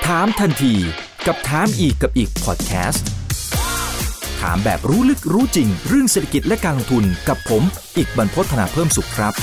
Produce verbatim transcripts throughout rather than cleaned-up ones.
ถามทันทีกับถามอีกกับอีกพอดแคสต์ถามแบบรู้ลึกรู้จริงเรื่องเศรษฐกิจและการลงทุนกับผมอีกบรรพต ธนาเพิ่มสุขครับ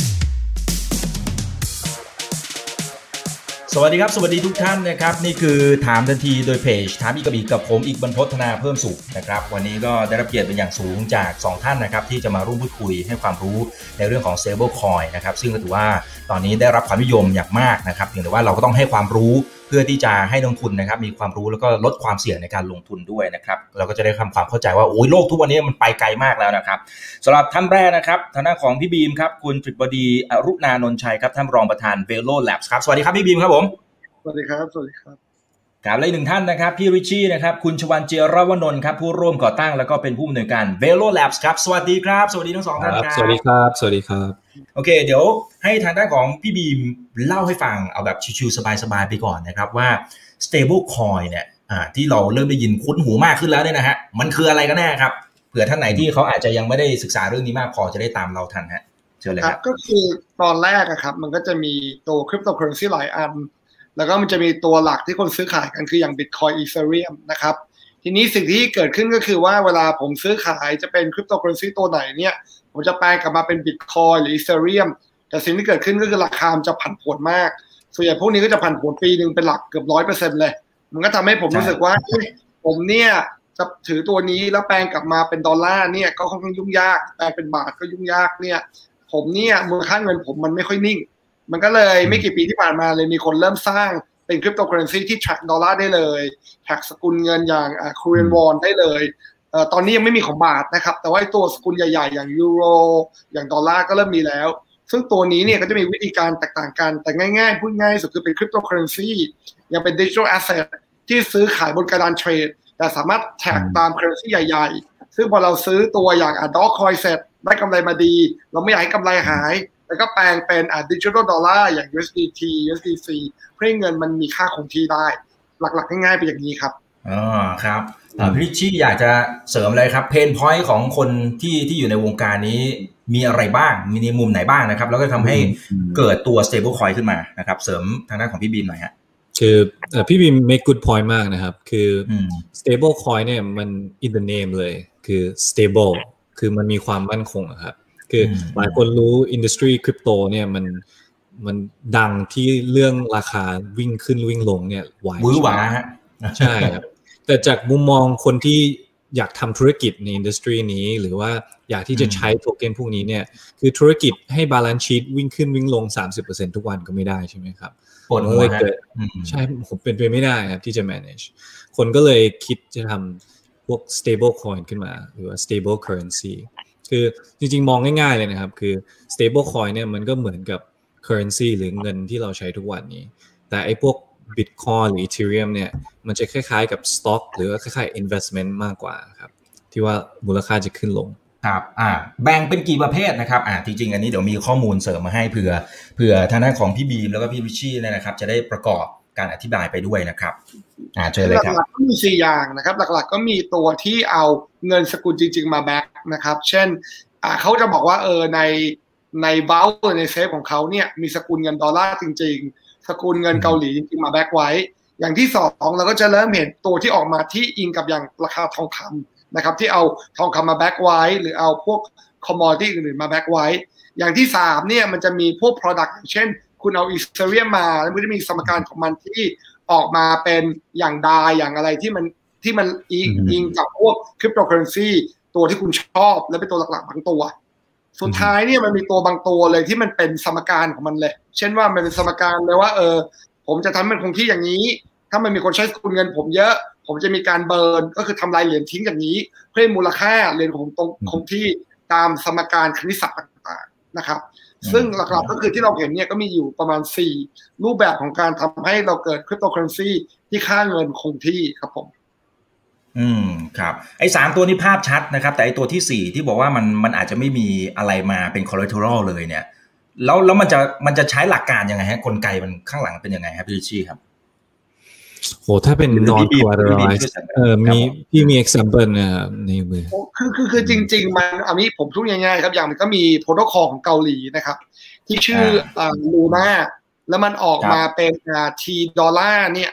สวัสดีครับสวัสดีทุกท่านนะครับนี่คือถามทันทีโดยเพจถามอีกกับอีกกับผมอีกบรรพต ธนาเพิ่มสุขนะครับวันนี้ก็ได้รับเกียรติเป็นอย่างสูงจากสองท่านนะครับที่จะมาร่วมพูดคุยให้ความรู้ในเรื่องของ stable coin นะครับซึ่งก็ถือว่าตอนนี้ได้รับความนิยมอย่างมากนะครับเพียงแต่ว่าเราก็ต้องให้ความรู้เพื่อที่จะให้นักลงทุนนะครับมีความรู้แล้วก็ลดความเสี่ยงในการลงทุนด้วยนะครับเราก็จะได้ทำความเข้าใจว่าโอ้ยโลกทุกวันนี้มันไปไกลมากแล้วนะครับสำหรับท่านแรกนะครับทางด้านของพี่บีมครับคุณกฤษบดีอรุณานนท์ชัยครับท่านรองประธาน Velo Labs ครับสวัสดีครับพี่บีมครับผมสวัสดีครับสวัสดีครับครับและอีกหนึ่งท่านนะครับพี่ริชชี่นะครับคุณชวันเจรวนนท์ครับผู้ร่วมก่อตั้งแล้วก็เป็นผู้อำนวยการ Velo Labs ครับสวัสดีครับสวัสดีทั้งสองท่านครับสวัสดีครับสวัสดีครับโอเคเดี๋ยวให้ทางด้านของพี่บีมเล่าให้ฟังเอาแบบชิวๆสบายๆไปก่อนนะครับว่า stable coin เนี่ยอ่าที่เราเริ่มได้ยินคุ้นหูมากขึ้นแล้วเนี่ยนะฮะมันคืออะไรกันแน่ครับเผื่อท่านไหนที่เขาอาจจะยังไม่ได้ศึกษาเรื่องนี้มากพอจะได้ตามเราทันฮะเชิญเลยครับก็คือตอนแรกอะครับมันก็จะมีตัว cryptocurrency หลายอันแล้วก็มันจะมีตัวหลักที่คนซื้อขายกันคืออย่าง Bitcoin Ethereum นะครับทีนี้สิ่งที่เกิดขึ้นก็คือว่าเวลาผมซื้อขายจะเป็น cryptocurrency ตัวไหนเนี่ยผมจะแปลงกลับมาเป็น Bitcoin หรือ Ethereum แต่สิ่งที่เกิดขึ้นก็คือราคาจะผันผวนมากส่วนใหญ่พวกนี้ก็จะผันผวนปีนึงเป็นหลักเกือบ หนึ่งร้อยเปอร์เซ็นต์ เลยมันก็ทำให้ผมรู้สึกว่าผมเนี่ยจะถือตัวนี้แล้วแปลงกลับมาเป็นดอลลาร์เนี่ยก็ค่อนข้างยุ่งยากแปลงเป็นบาทก็ยุ่งยากเนี่ยผมเนี่ยมูลค่าเงินผมมันไม่ค่อยนิ่งมันก็เลยไม่กี่ปีที่ผ่านมาเลยมีคนเริ่มสร้างเป็นคริปโตเคอเรนซีที่ track ดอลลาร์ได้เลยแท็กสกุลเงินอย่างอ่า Korean won ได้เลยเอ่อตอนนี้ยังไม่มีของบาทนะครับแต่ว่าตัวสกุลใหญ่ๆอย่างยูโรอย่างดอลลาร์ก็เริ่มมีแล้วซึ่งตัวนี้เนี่ยก็จะมีวิธีการแตกต่างกันแต่ง่ายๆพูดง่ายสุดคือเป็นคริปโตเคอเรนซียังเป็น digital asset ที่ซื้อขายบนกระดานเทรดแต่สามารถแท็กตามเคอเรนซีใหญ่ๆซึ่งพอเราซื้อตัวอย่างอ่ะ Dogecoin เสร็จได้กำไรมาดีเราไม่อยากให้กำไรหายแล้วก็แปลงเป็นอ่าดิจิทัลดอลลาร์อย่าง ยู เอส ดี ที ยู เอส ดี ซี เพื่อให้เงินมันมีค่าคงที่ได้หลักๆง่ายๆเป็นอย่างนี้ครับอ๋อครับอ่าพี่ชี่อยากจะเสริมอะไรครับเพนพอยต์ของคนที่ที่อยู่ในวงการนี้มีอะไรบ้างมีในมุมไหนบ้างนะครับแล้วก็ทำให้เกิดตัว stable coin ขึ้นมานะครับเสริมทางด้านของพี่บีมหน่อยฮะคือพี่บีม make good point มากนะครับคือ stable coin เนี่ยมัน in the name เลยคือ stable คือมันมีความมั่นคงครับคือหลายคนรู้อินดัสทรีคริปโตเนี่ยมันมันดังที่เรื่องราคาวิ่งขึ้นวิ่งลงเนี่ยไหววื้อหวาฮะใช่ครับแต่จากมุมมองคนที่อยากทำธุรกิจในอินดัสทรีนี้หรือว่าอยากที่จะใช้โทเค็นพวกนี้เนี่ยคือธุรกิจให้บาลานซ์ชีทวิ่งขึ้นวิ่งลง สามสิบเปอร์เซ็นต์ ทุกวันก็ไม่ได้ใช่ไหมครับปวดหัวฮะใช่ผมเป็นไปไม่ได้ครับที่จะ manage คนก็เลยคิดจะทำพวก stable coin ขึ้นมาหรือว่า stable currencyคือจริงๆมองง่ายๆเลยนะครับคือ stable coin เนี่ยมันก็เหมือนกับ currency หรือเงินที่เราใช้ทุกวันนี้แต่ไอ้พวก Bitcoin หรือ Ethereum เนี่ยมันจะคล้ายๆกับ stock หรือว่าคล้ายๆ investment มากกว่าครับที่ว่ามูลค่าจะขึ้นลงครับอ่าแบ่งเป็นกี่ประเภทนะครับอ่าจริงๆอันนี้เดี๋ยวมีข้อมูลเสริมมาให้เผื่อเผื่อทางด้านของพี่บีมแล้วก็พี่ริชชี่เนี่ยนะครับจะได้ประกอบการอธิบายไปด้วยนะครับอ่าเชิญเลยครับหลักๆก็มีสี่อย่างนะครับหลักๆก็มีตัวที่เอาเงินสกุลจริงๆมาแบ็คนะครับเช่นอ่าเขาจะบอกว่าเออในในเบลล์ในเซฟของเขาเนี่ยมีสกุลเงินดอลลาร์จริงๆสกุลเงินเกาหลีจริงๆมาแบ็คไว้อย่างที่สองเราก็จะเริ่มเห็นตัวที่ออกมาที่อิงกับอย่างราคาทองคำนะครับที่เอาทองคำมาแบ็คไว้หรือเอาพวกคอมมอดิตี้อื่นๆมาแบ็คไว้อย่างที่สามเนี่ยมันจะมีพวก product อย่างเช่นคุณเอา Ethereum มาแล้วมันจะมีสมการของมันที่ออกมาเป็นอย่างดาอย่างอะไรที่มันที่มันอิงอิงกับพวกคริปโตเคอเรนซีตัวที่คุณชอบและเป็นตัวหลักๆบางตัวสุดท้ายเนี่ยมันมีตัวบางตัวเลยที่มันเป็นสมการของมันเลยเช่นว่ามันเป็นสมการเลยว่าเออผมจะทำมันคงที่อย่างนี้ถ้ามันมีคนใช้สกุลเงินผมเยอะผมจะมีการเบิร์นก็คือทำลายเหรียญทิ้งอย่างนี้เพื่อมูลค่าเหรียญของตรงคงที่ตามสมการคณิตศาสตร์ต่างๆนะครับซึ่งหลักๆก็คือที่เราเห็นเนี่ยก็มีอยู่ประมาณสี่รูปแบบของการทำให้เราเกิดคริปโตเคอเรนซีที่ค่าเงินคงที่ครับผมอืมครับไอ้สามตัวนี้ภาพชัดนะครับแต่ไอ้ตัวที่สี่ที่บอกว่ามันมันอาจจะไม่มีอะไรมาเป็น collateral เลยเนี่ยแล้วแล้วมันจะมันจะใช้หลักการยังไงฮะกลไกมันข้างหลังเป็นยังไงครับพี่ริชชี่ครับโหถ้าเป็น non collateralized เอ่อมีพี่มี example นะครับในมือคือคือคือจริงๆมันอันนี้ผมพูดง่ายๆครับอย่างมันก็มีโปรโตคอลของเกาหลีนะครับที่ชื่ออ่าลูน่าแล้วมันออกมาเป็นอ่า T ดอลลาร์เนี่ย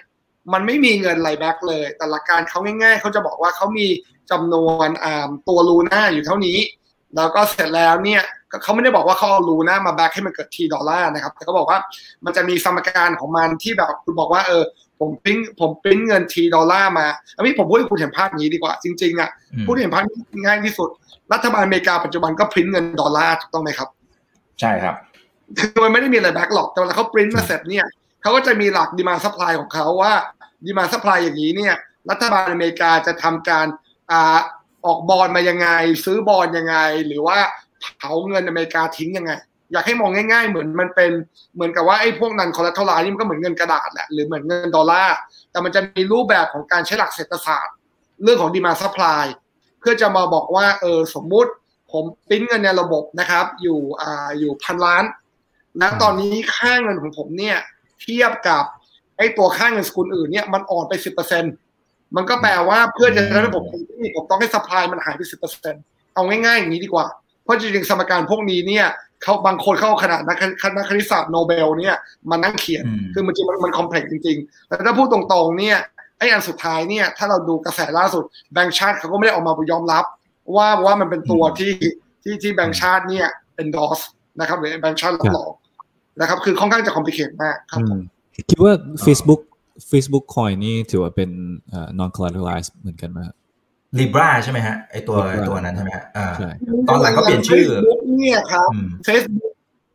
มันไม่มีเงินไหลแบ็กเลยแต่หลักการเขาง่ายๆเขาจะบอกว่าเขามีจำนวนตัวลูน่าอยู่เท่านี้แล้วก็เสร็จแล้วเนี่ยเขาไม่ได้บอกว่าเขาเอาลูน่ามาแบ็กให้มันเกิดทีดอลลาร์นะครับแต่เขาบอกว่ามันจะมีสมการของมันที่แบบคุณบอกว่าเออผมปริ้นผมปริ้นเงินทีดอลลาร์มาอันนี้ผมพูดให้คุณเห็นภาพนี้ดีกว่าจริงๆอ่ะพูดเห็นภาพง่ายที่สุดรัฐบาลอเมริกาปัจจุบันก็ปริ้นเงินดอลลาร์ถูกต้องไหมครับใช่ครับคือมันไม่ได้มีอะไรแบ็กหรอกแต่เวลาเขาปริ้นมาเสร็จเนี่ยเขาก็จะมีหลักดีมานด์ซัพพลายของเขาว่าดีมานด์ซัพพลายอย่างนี้เนี่ยรัฐบาลอเมริกาจะทำการอ่าออกบอนด์มายังไงซื้อบอนด์ยังไงหรือว่าเผาเงินอเมริกาทิ้งยังไงอยากให้มองง่ายๆเหมือนมันเป็นเหมือนกับว่าไอ้พวกนั้นคอลเลกเตอร์นี่มันก็เหมือนเงินกระดาษแหละหรือเหมือนเงินดอลลาร์แต่มันจะมีรูปแบบของการใช้หลักเศรษฐศาสตร์เรื่องของดีมานด์ซัพพลายเพื่อจะมาบอกว่าเออสมมุติผมปริ้นเงินในระบบนะครับอยู่อ่าอยู่พันล้านณตอนนี้ค่าเงินของผมเนี่ยเทียบกับไอ้ตัวค่าเงินสกุลอื่นเนี่ยมันอ่อนไป สิบเปอร์เซ็นต์ มันก็แปลว่าเพื่อจะได้ระบบที่ผมต้องให้ซัพพลายมันหายไป สิบเปอร์เซ็นต์ เอาง่ายๆอย่างนี้ดีกว่าเพราะจริงๆสมการพวกนี้เนี่ยเขาบางคนเข้าขนาดนักนักคณิตศาสตร์โนเบลเนี่ยมานั่งเขียนคือมันจริงมันคอมเพล็กซ์จริงๆแต่ถ้าพูดตรงๆเนี่ยไอ้อันสุดท้ายเนี่ยถ้าเราดูกระแสล่าสุดแบงก์ชาติเขาก็ไม่ได้ออกมายอมรับว่าว่ามันเป็นตัวที่ที่ที่แบงก์ชาติเนี่ยเป็นดอสนะครับหรือแบงก์ชาติรับรองนะครับคือค่อนข้างจะคอมพลีเคทมากครับผมคิดว่า Facebook Facebook Coin นี่ถือว่าเป็น non collateralized เหมือนกันมั้ย Libra ใช่ไหมฮะไอตัวตัวนั้นใช่ไหมฮะอ่าตอนหลังก็เปลี่ยนชื่อ Facebook เนี่ยครับ Facebook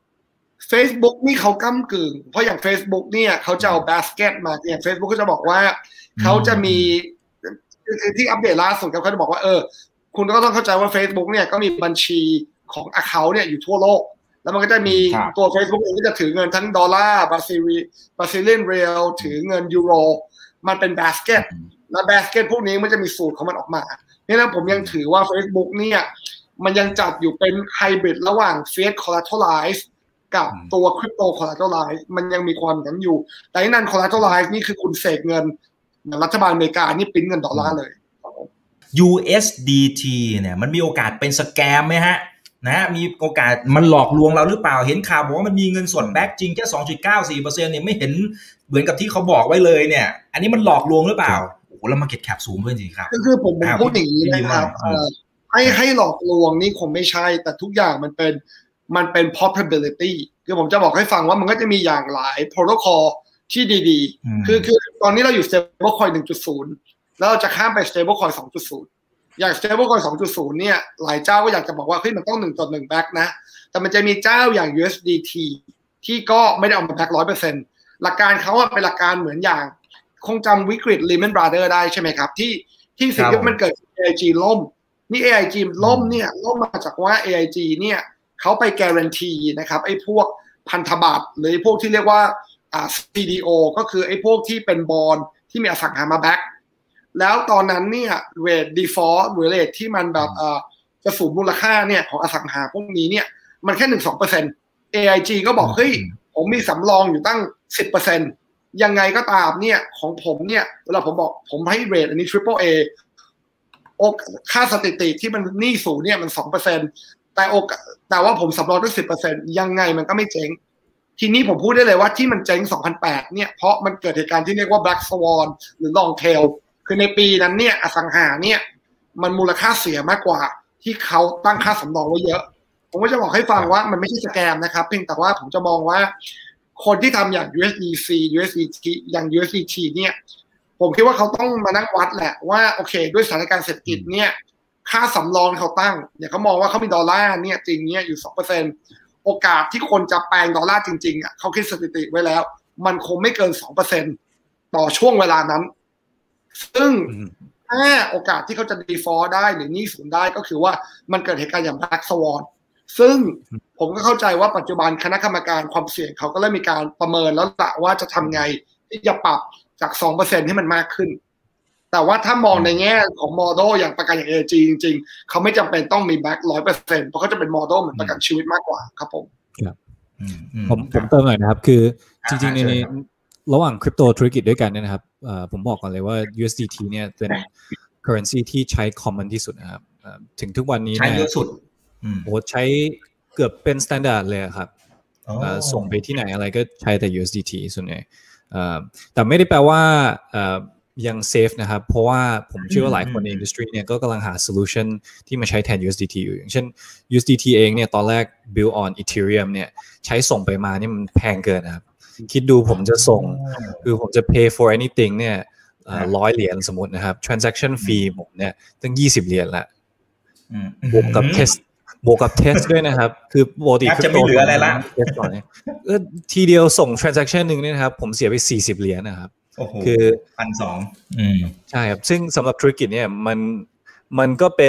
Facebook นี่เขาก้ำกึ่งเพราะอย่าง Facebook เนี่ยเขาจะเอา basket มาอย่าง Facebook ก็จะบอกว่าเขาจะมีที่อัปเดตล่าสุดเขาจะบอกว่าเออคุณก็ต้องเข้าใจว่า Facebook เนี่ยก็มีบัญชีของ account เนี่ยอยู่ทั่วโลกแล้วมันก็จะมีตัว Facebook เองก็จะถือเงินทั้งดอลลาร์บราซิลีบราซิเลียนเรียลถือเงินยูโรมันเป็น basket และ basket พวกนี้มันจะมีสูตรของมันออกมานี่นะผมยังถือว่า Facebook เนี่ยมันยังจัดอยู่เป็นไฮบริดระหว่าง fiat collateralize กับตัว crypto collateralize มันยังมีความนั้นอยู่แต่นั่น collateralize นี่คือคุณเสกเงินรัฐบาลอเมริกานี่ปริ้นเงินดอลลาร์เลยยู เอส ดี ที เนี่ยมันมีโอกาสเป็นสแกมไหมฮะนะมีโอกาสมันหลอกลวงเราหรือเปล่าเห็นข่าวบอกว่ามันมีเงินสดแบ็กจริงแค่ สองจุดเก้าสี่เปอร์เซ็นต์ เนี่ยไม่เห็นเหมือนกับที่เขาบอกไว้เลยเนี่ยอันนี้มันหลอกลวงหรือเปล่าโอ้โหแล้วมาเก็ตแคปสูงด้วยจริงครับก็คือผมพูดอย่างนี้นะครับให้ให้หลอกลวงนี่คงไม่ใช่แต่ทุกอย่างมันเป็นมันเป็น probability คือผมจะบอกให้ฟังว่ามันก็จะมีอย่างหลาย protocol ที่ดีๆคือคือตอนนี้เราอยู่ stablecoin หนึ่งจุดศูนย์ แล้วเราจะข้ามไป stablecoin สองจุดศูนย์ อย่าง stablecoin สองจุดศูนย์ เนี่ยหลายเจ้าก็อยากจะบอกว่าเฮ้ยมันต้อง หนึ่งจุดหนึ่ง back นะแต่มันจะมีเจ้าอย่าง ยู เอส ดี ที ที่ก็ไม่ได้เอามา back หนึ่งร้อยเปอร์เซ็นต์ หลักการเขาเป็นหลักการเหมือนอย่างคงจำวิกฤต Lehman Brothers ได้ใช่ไหมครับที่ที่สิ่งที่มันเกิด เอ ไอ จี ล่มนี่ เอ ไอ จี ล่มเนี่ยล่มมาจากว่า เอ ไอ จี เนี่ยเขาไป guarantee นะครับไอ้พวกพันธบัตรหรือพวกที่เรียกว่าอ่า ซี ดี โอ ก็คือไอ้พวกที่เป็นบอนด์ที่มีอสังหามาแบ็กแล้วตอนนั้นเนี่ยเรท default หรือเรทที่มันแบบเอ่อจะสูญมูลค่าเนี่ยของอสังหาพวกนี้เนี่ยมันแค่ หนึ่งถึงสองเปอร์เซ็นต์ เอ ไอ จี ก็บอกเฮ้ยผมมีสำรองอยู่ตั้ง สิบเปอร์เซ็นต์ ยังไงก็ตามเนี่ยของผมเนี่ยเวลาผมบอกผมให้เรทอันนี้ Triple A โอค่าสถิติที่มันหนี้สูงเนี่ยมัน สองเปอร์เซ็นต์ แต่โอกแต่ว่าผมสำรองได้ สิบเปอร์เซ็นต์ ยังไงมันก็ไม่เจ๊งทีนี้ผมพูดได้เลยว่าที่มันเจ๊งสองพันแปดเนี่ยเพราะมันเกิดเหตุการณ์ที่เรียกว่า Black Swan หรือ Long Tail คือในปีนั้นเนี่ยอสังหาเนี่ยมันมูลค่าเสียมากกว่าที่เขาตั้งค่าสำรองไว้เยอะผมก็จะบอกให้ฟังว่ามันไม่ใช่สแกมนะครับเพียงแต่ว่าผมจะมองว่าคนที่ทำอย่าง ยู เอส ดี ซี ยู เอส ดี ที อย่าง ยู เอส ดี ที เนี่ยผมคิดว่าเขาต้องมานั่งวัดแหละว่าโอเคด้วยสถานการณ์เศรษฐกิจเนี่ยค่าสำรองเขาตั้งเนี่ยเขามองว่าเขามีดอลลาร์เนี่ยจริงเนี่ยอยู่ สองเปอร์เซ็นต์ โอกาสที่คนจะแปลงดอลลาร์จริงๆอ่ะเขาคิดสถิติไว้แล้วมันคงไม่เกิน สองเปอร์เซ็นต์ ต่อช่วงเวลานั้นซึ่งถ้าโอกาสที่เขาจะ default ได้หรือหนี้สูญได้ก็คือว่ามันเกิดเหตุการณ์อย่าง Black Swan ซึ่งผมก็เข้าใจว่าปัจจุบันคณะกรรมการความเสี่ยงเขาก็เริ่มมีการประเมินแล้วล่ะว่าจะทำไงที่จะปรับจาก สองเปอร์เซ็นต์ ให้มันมากขึ้นแต่ว่าถ้ามองในแง่ของโมเดลอย่างประกันอย่าง เอ จี จริงๆเขาไม่จำเป็นต้องมีแบ็ค หนึ่งร้อยเปอร์เซ็นต์ เพราะเขาจะเป็นโมเดลเหมือนประกันชีวิตมากกว่าครับผมครับผมผมเติมหน่อยนะครับคือจริงๆในระหว่างคริปโตธุรกิจด้วยกันเนี่ยนะครับผมบอกก่อนเลยว่า ยู เอส ดี ที เนี่ยเป็น currency ที่ใช้ common ที่สุดนะครับถึงทุกวันนี้ใช้เยอะสุดโอ้ใช้เกือบเป็น standard เลยครับส่งไปที่ไหนอะไรก็ใช้แต่ ยู เอส ดี ที ส่วนใหญ่แต่ไม่ได้แปลว่ายังเซฟนะครับเพราะว่าผมเชื่อว่าหลายคนในอินดัสทรีเนี่ยก็กำลังหาโซลูชันที่มาใช้แทน ยู เอส ดี ที อยู่อย่างเช่น ยู เอส ดี ที เองเนี่ยตอนแรก build on Ethereum เนี่ยใช้ส่งไปมานี่มันแพงเกินนะครับคิดดูผมจะส่งคือผมจะ pay for anything เนี่ยร้อยเหรียญสมมตินะครับ transaction fee ผมเนี่ยตั้งยี่สิบเหรียญละบวกกับ test บวกกับ test ด้วยนะครับคือปกติจะไม่เหลืออะไรละทีเดียวส่ง transaction นึงเนี่ยนะครับผมเสียไปสี่สิบเหรียญนะครับคือ หนึ่งพันสองร้อย อืมใช่ครับซึ่งสำหรับธุรกิจเนี่ยมันมันก็เป็น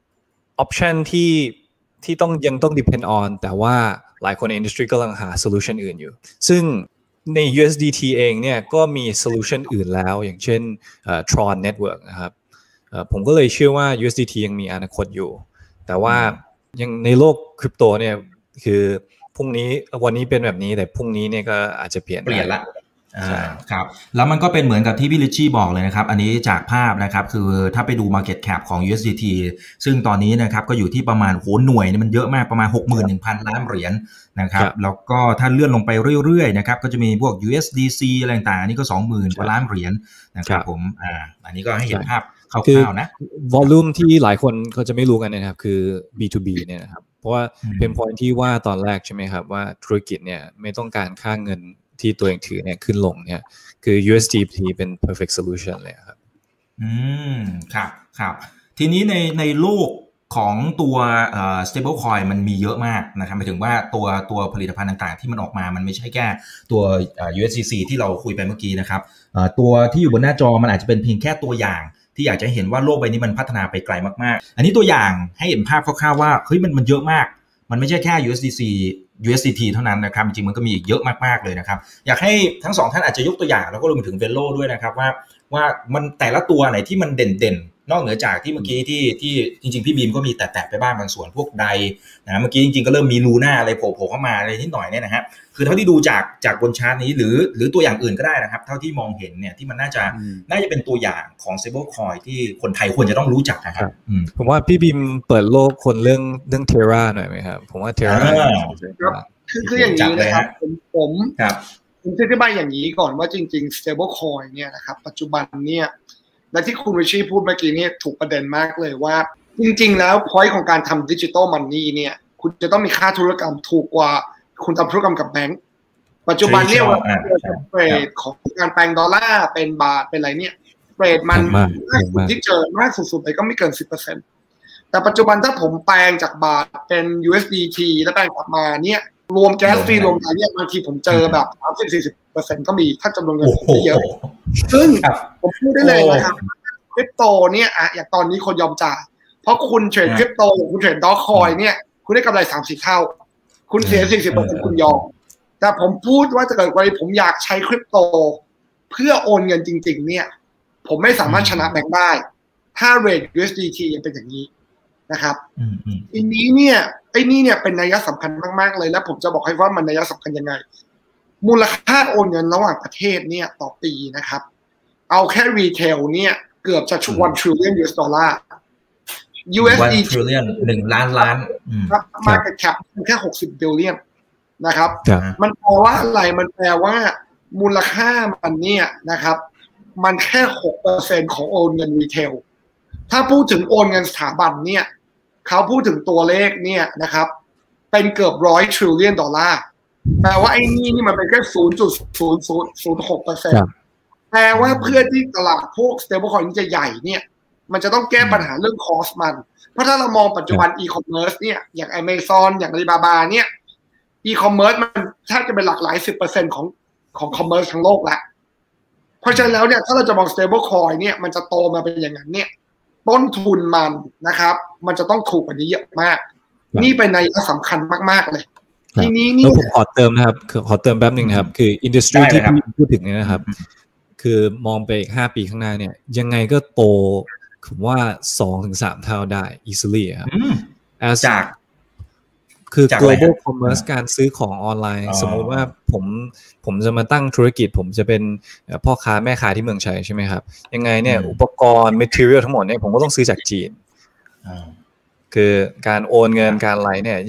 option ที่ที่ต้องยังต้อง depend on แต่ว่าหลายคนใน industry กำลังหา solution อื่นอยู่ซึ่งใน ยู เอส ดี ที เองเนี่ยก็มี solution อื่นแล้วอย่างเช่นเอ่อ Tron Network นะครับเอ่อผมก็เลยเชื่อว่า ยู เอส ดี ที ยังมีอนาคตอยู่แต่ว่ายังในโลกคริปโตเนี่ยคือพรุ่งนี้วันนี้เป็นแบบนี้แต่พรุ่งนี้เนี่ยก็อาจจะเปลี่ยนเปลี่ยนละอ่าครับแล้วมันก็เป็นเหมือนกับที่พี่ลิชชี่บอกเลยนะครับอันนี้จากภาพนะครับคือถ้าไปดู market cap ของ ยู เอส ดี ที ซึ่งตอนนี้นะครับก็อยู่ที่ประมาณโหหน่วยนี่มันเยอะมากประมาณ หกหมื่นหนึ่งพัน ล้านเหรียญนะครับแล้วก็ถ้าเลื่อนลงไปเรื่อยๆนะครับก็จะมีพวก ยู เอส ดี ซี อะไรต่างๆอันนี้ก็ สองหมื่น กว่าล้านเหรียญนะครับผมอ่าอันนี้ก็ให้เห็นภาพคร่าวๆนะ volume ที่หลายคนเขาจะไม่รู้กันนะครับคือ บี ทู บี เนี่ยนะครับเพราะว่าเป็น point ที่ว่าตอนแรกใช่ไหมครับว่าธุรกิจเนี่ยไม่ต้องการค่าเงินที่ตัวเองถือเนี่ยขึ้นลงเนี่ยคือ ยู เอส ดี ที เป็น perfect solution เลยครับอืมครับครับทีนี้ในในโลกของตัวเอ่อ stable coin มันมีเยอะมากนะครับหมายถึงว่าตัวตัวผลิตภัณฑ์ต่างๆที่มันออกมามันไม่ใช่แค่ตัวเอ่อ ยู เอส ดี ซี ที่เราคุยไปเมื่อกี้นะครับเอ่อตัวที่อยู่บนหน้าจอมันอาจจะเป็นเพียงแค่ตัวอย่างที่อยากจะเห็นว่าโลกใบนี้มันพัฒนาไปไกลมากๆอันนี้ตัวอย่างให้เห็นภาพคร่าวๆว่าเฮ้ยมันมันเยอะมากมันไม่ใช่แค่ ยู เอส ดี ซี ยู เอส ดี ที เท่านั้นนะครับจริงๆมันก็มีอีกเยอะมากๆเลยนะครับอยากให้ทั้งสองท่านอาจจะยกตัวอย่างแล้วก็รวมถึง Velo ด้วยนะครับว่าว่ามันแต่ละตัวไหนที่มันเด่นๆนอกเหนือจากที่เมื่อกี้ที่ที่จริงๆพี่บีมก็มีแตะๆไปบ้างบางส่วนพวกใดนะเมื่อกี้จริงๆก็เริ่มมีลูน่าอะไรโผล่ๆเข้ามาอะไรนิดหน่อยเนี่ยนะฮะคือเท่าที่ดูจากจากบนชาร์ตนี้หรือหรือตัวอย่างอื่นก็ได้นะครับเท่าที่มองเห็นเนี่ยที่มันน่าจะน่าจะเป็นตัวอย่างของ stable coin ที่คนไทยควรจะต้องรู้จักนะครับผมว่าพี่บีมเปิดโลกคนเรื่องเรื่อง Terra หน่อยไหมครับผมว่า Terra คือคืออย่างนี้นะครับผมผมผมจะอธิบายอย่างนี้ก่อนว่าจริงๆ stable coin เนี่ยนะครับปัจจุบันเนี่ยและที่คุณริชี่พูดเมื่อกี้เนี่ยถูกประเด็นมากเลยว่าจริงๆแล้ว point ของการทำ digital money เนี่ยคุณจะต้องมีค่าธุรกรรมถูกกว่าคุณทำธุรกรรมกับแบงก์ปัจจุบันเนี่ยว่าเทรดของการแปลงดอลลาร์เป็นบาทเป็นอะไรเนี่ยเทรดมันมากสุดที่เจอมากสุดๆเลยก็ไม่เกิน สิบเปอร์เซ็นต์ แต่ปัจจุบันถ้าผมแปลงจากบาทเป็น ยู เอส ดี ที แล้วแปลงกลับมาเนี่ยรวมแก๊สฟรีรวมอะไรเนี่ยบางทีผมเจอแบบ สามสิบถึงสี่สิบเปอร์เซ็นต์ ก็มีถ้าจำนวนเงินที่เยอะซึ่งผมพูดได้เลยนะครับคริปโตเนี่ยอะอย่างตอนนี้คนยอมจ่ายเพราะคุณเทรดคริปโตอย่างคุณเทรดดอคอยเนี่ยคุณได้กำไร สามสิบ เท่าคุณเสีย สี่สิบเปอร์เซ็นต์ คุณยอมแต่ผมพูดว่าจะเกิดกรณีผมอยากใช้คริปโตเพื่อโอนเงินจริงๆเนี่ยผมไม่สามารถชนะแบงค์ได้ถ้าเรท ยู เอส ดี ที ยังเป็นอย่างนี้นะครับทีนี้เนี่ยไอ้นี่เนี่ยเป็นนัยสำคัญมากๆเลยแล้วผมจะบอกให้ว่ามันนัยสำคัญยังไงมูลค่าโอนเงินระหว่างประเทศเนี่ยต่อปีนะครับเอาแค่รีเทลเนี่ยเกือบจะหนึ่ง trillion ยู เอส ดอลลาร์ ยู เอส ดี ที trillion หนึ่งล้านล้านครับ market cap แค่หกสิบ billion นะครับมันแปลว่าอะไรมันแปลว่ามูลค่ามันเนี่ยนะครับมันแค่ หกเปอร์เซ็นต์ ของโอนเงินรีเทลถ้าพูดถึงโอนเงินสถาบันเนี่ยเขาพูดถึงตัวเลขเนี่ยนะครับเป็นเกือบร้อย trillion ดอลลาร์แปลว่าไอ้นี่นี่มันเป็นแค่ ศูนย์จุดศูนย์ศูนย์ศูนย์หกเปอร์เซ็นต์ แปลว่าเพื่อที่ตลาดพวก stable coin จะใหญ่เนี่ยมันจะต้องแก้ปัญหาเรื่อง cost มันเพราะถ้าเรามองปัจจุบัน e-commerce เนี่ยอย่าง Amazon อย่าง Alibaba เนี่ย e-commerce มันแทบจะเป็นหลักหลาย สิบเปอร์เซ็นต์ ของของ commerce ทั้งโลกแล้วเพราะฉะนั้นแล้วเนี่ยถ้าเราจะมอง stable coin เนี่ยมันจะโตมาเป็นอย่างนั้นเนี่ยต้นทุนมันนะครับมันจะต้องถูกกว่านี้เยอะมากนี่เป็นนัยสำคัญมากๆเลยทีนี้นี่ผมขอเติมนะครับคือขอเติมแป๊บนึงนะครับคืออินดัสทรีที่พี่พูดถึงเนี่ยนะครับคือมองไปอีกห้าปีข้างหน้าเนี่ยยังไงก็โตผมว่า สองถึงสาม เท่าได้ easily ครับจากคือ global commerce การซื้อของออนไลน์สมมุติว่าผมผมจะมาตั้งธุรกิจผมจะเป็นพ่อค้าแม่ค้าที่เมืองไทยใช่ไหมครับยังไงเนี่ยอุปกรณ์ material ทั้งหมดเนี่ยผมก็ต้องซื้อจากจีนคือการโอนเงินการอะไรเนี่ยยังไง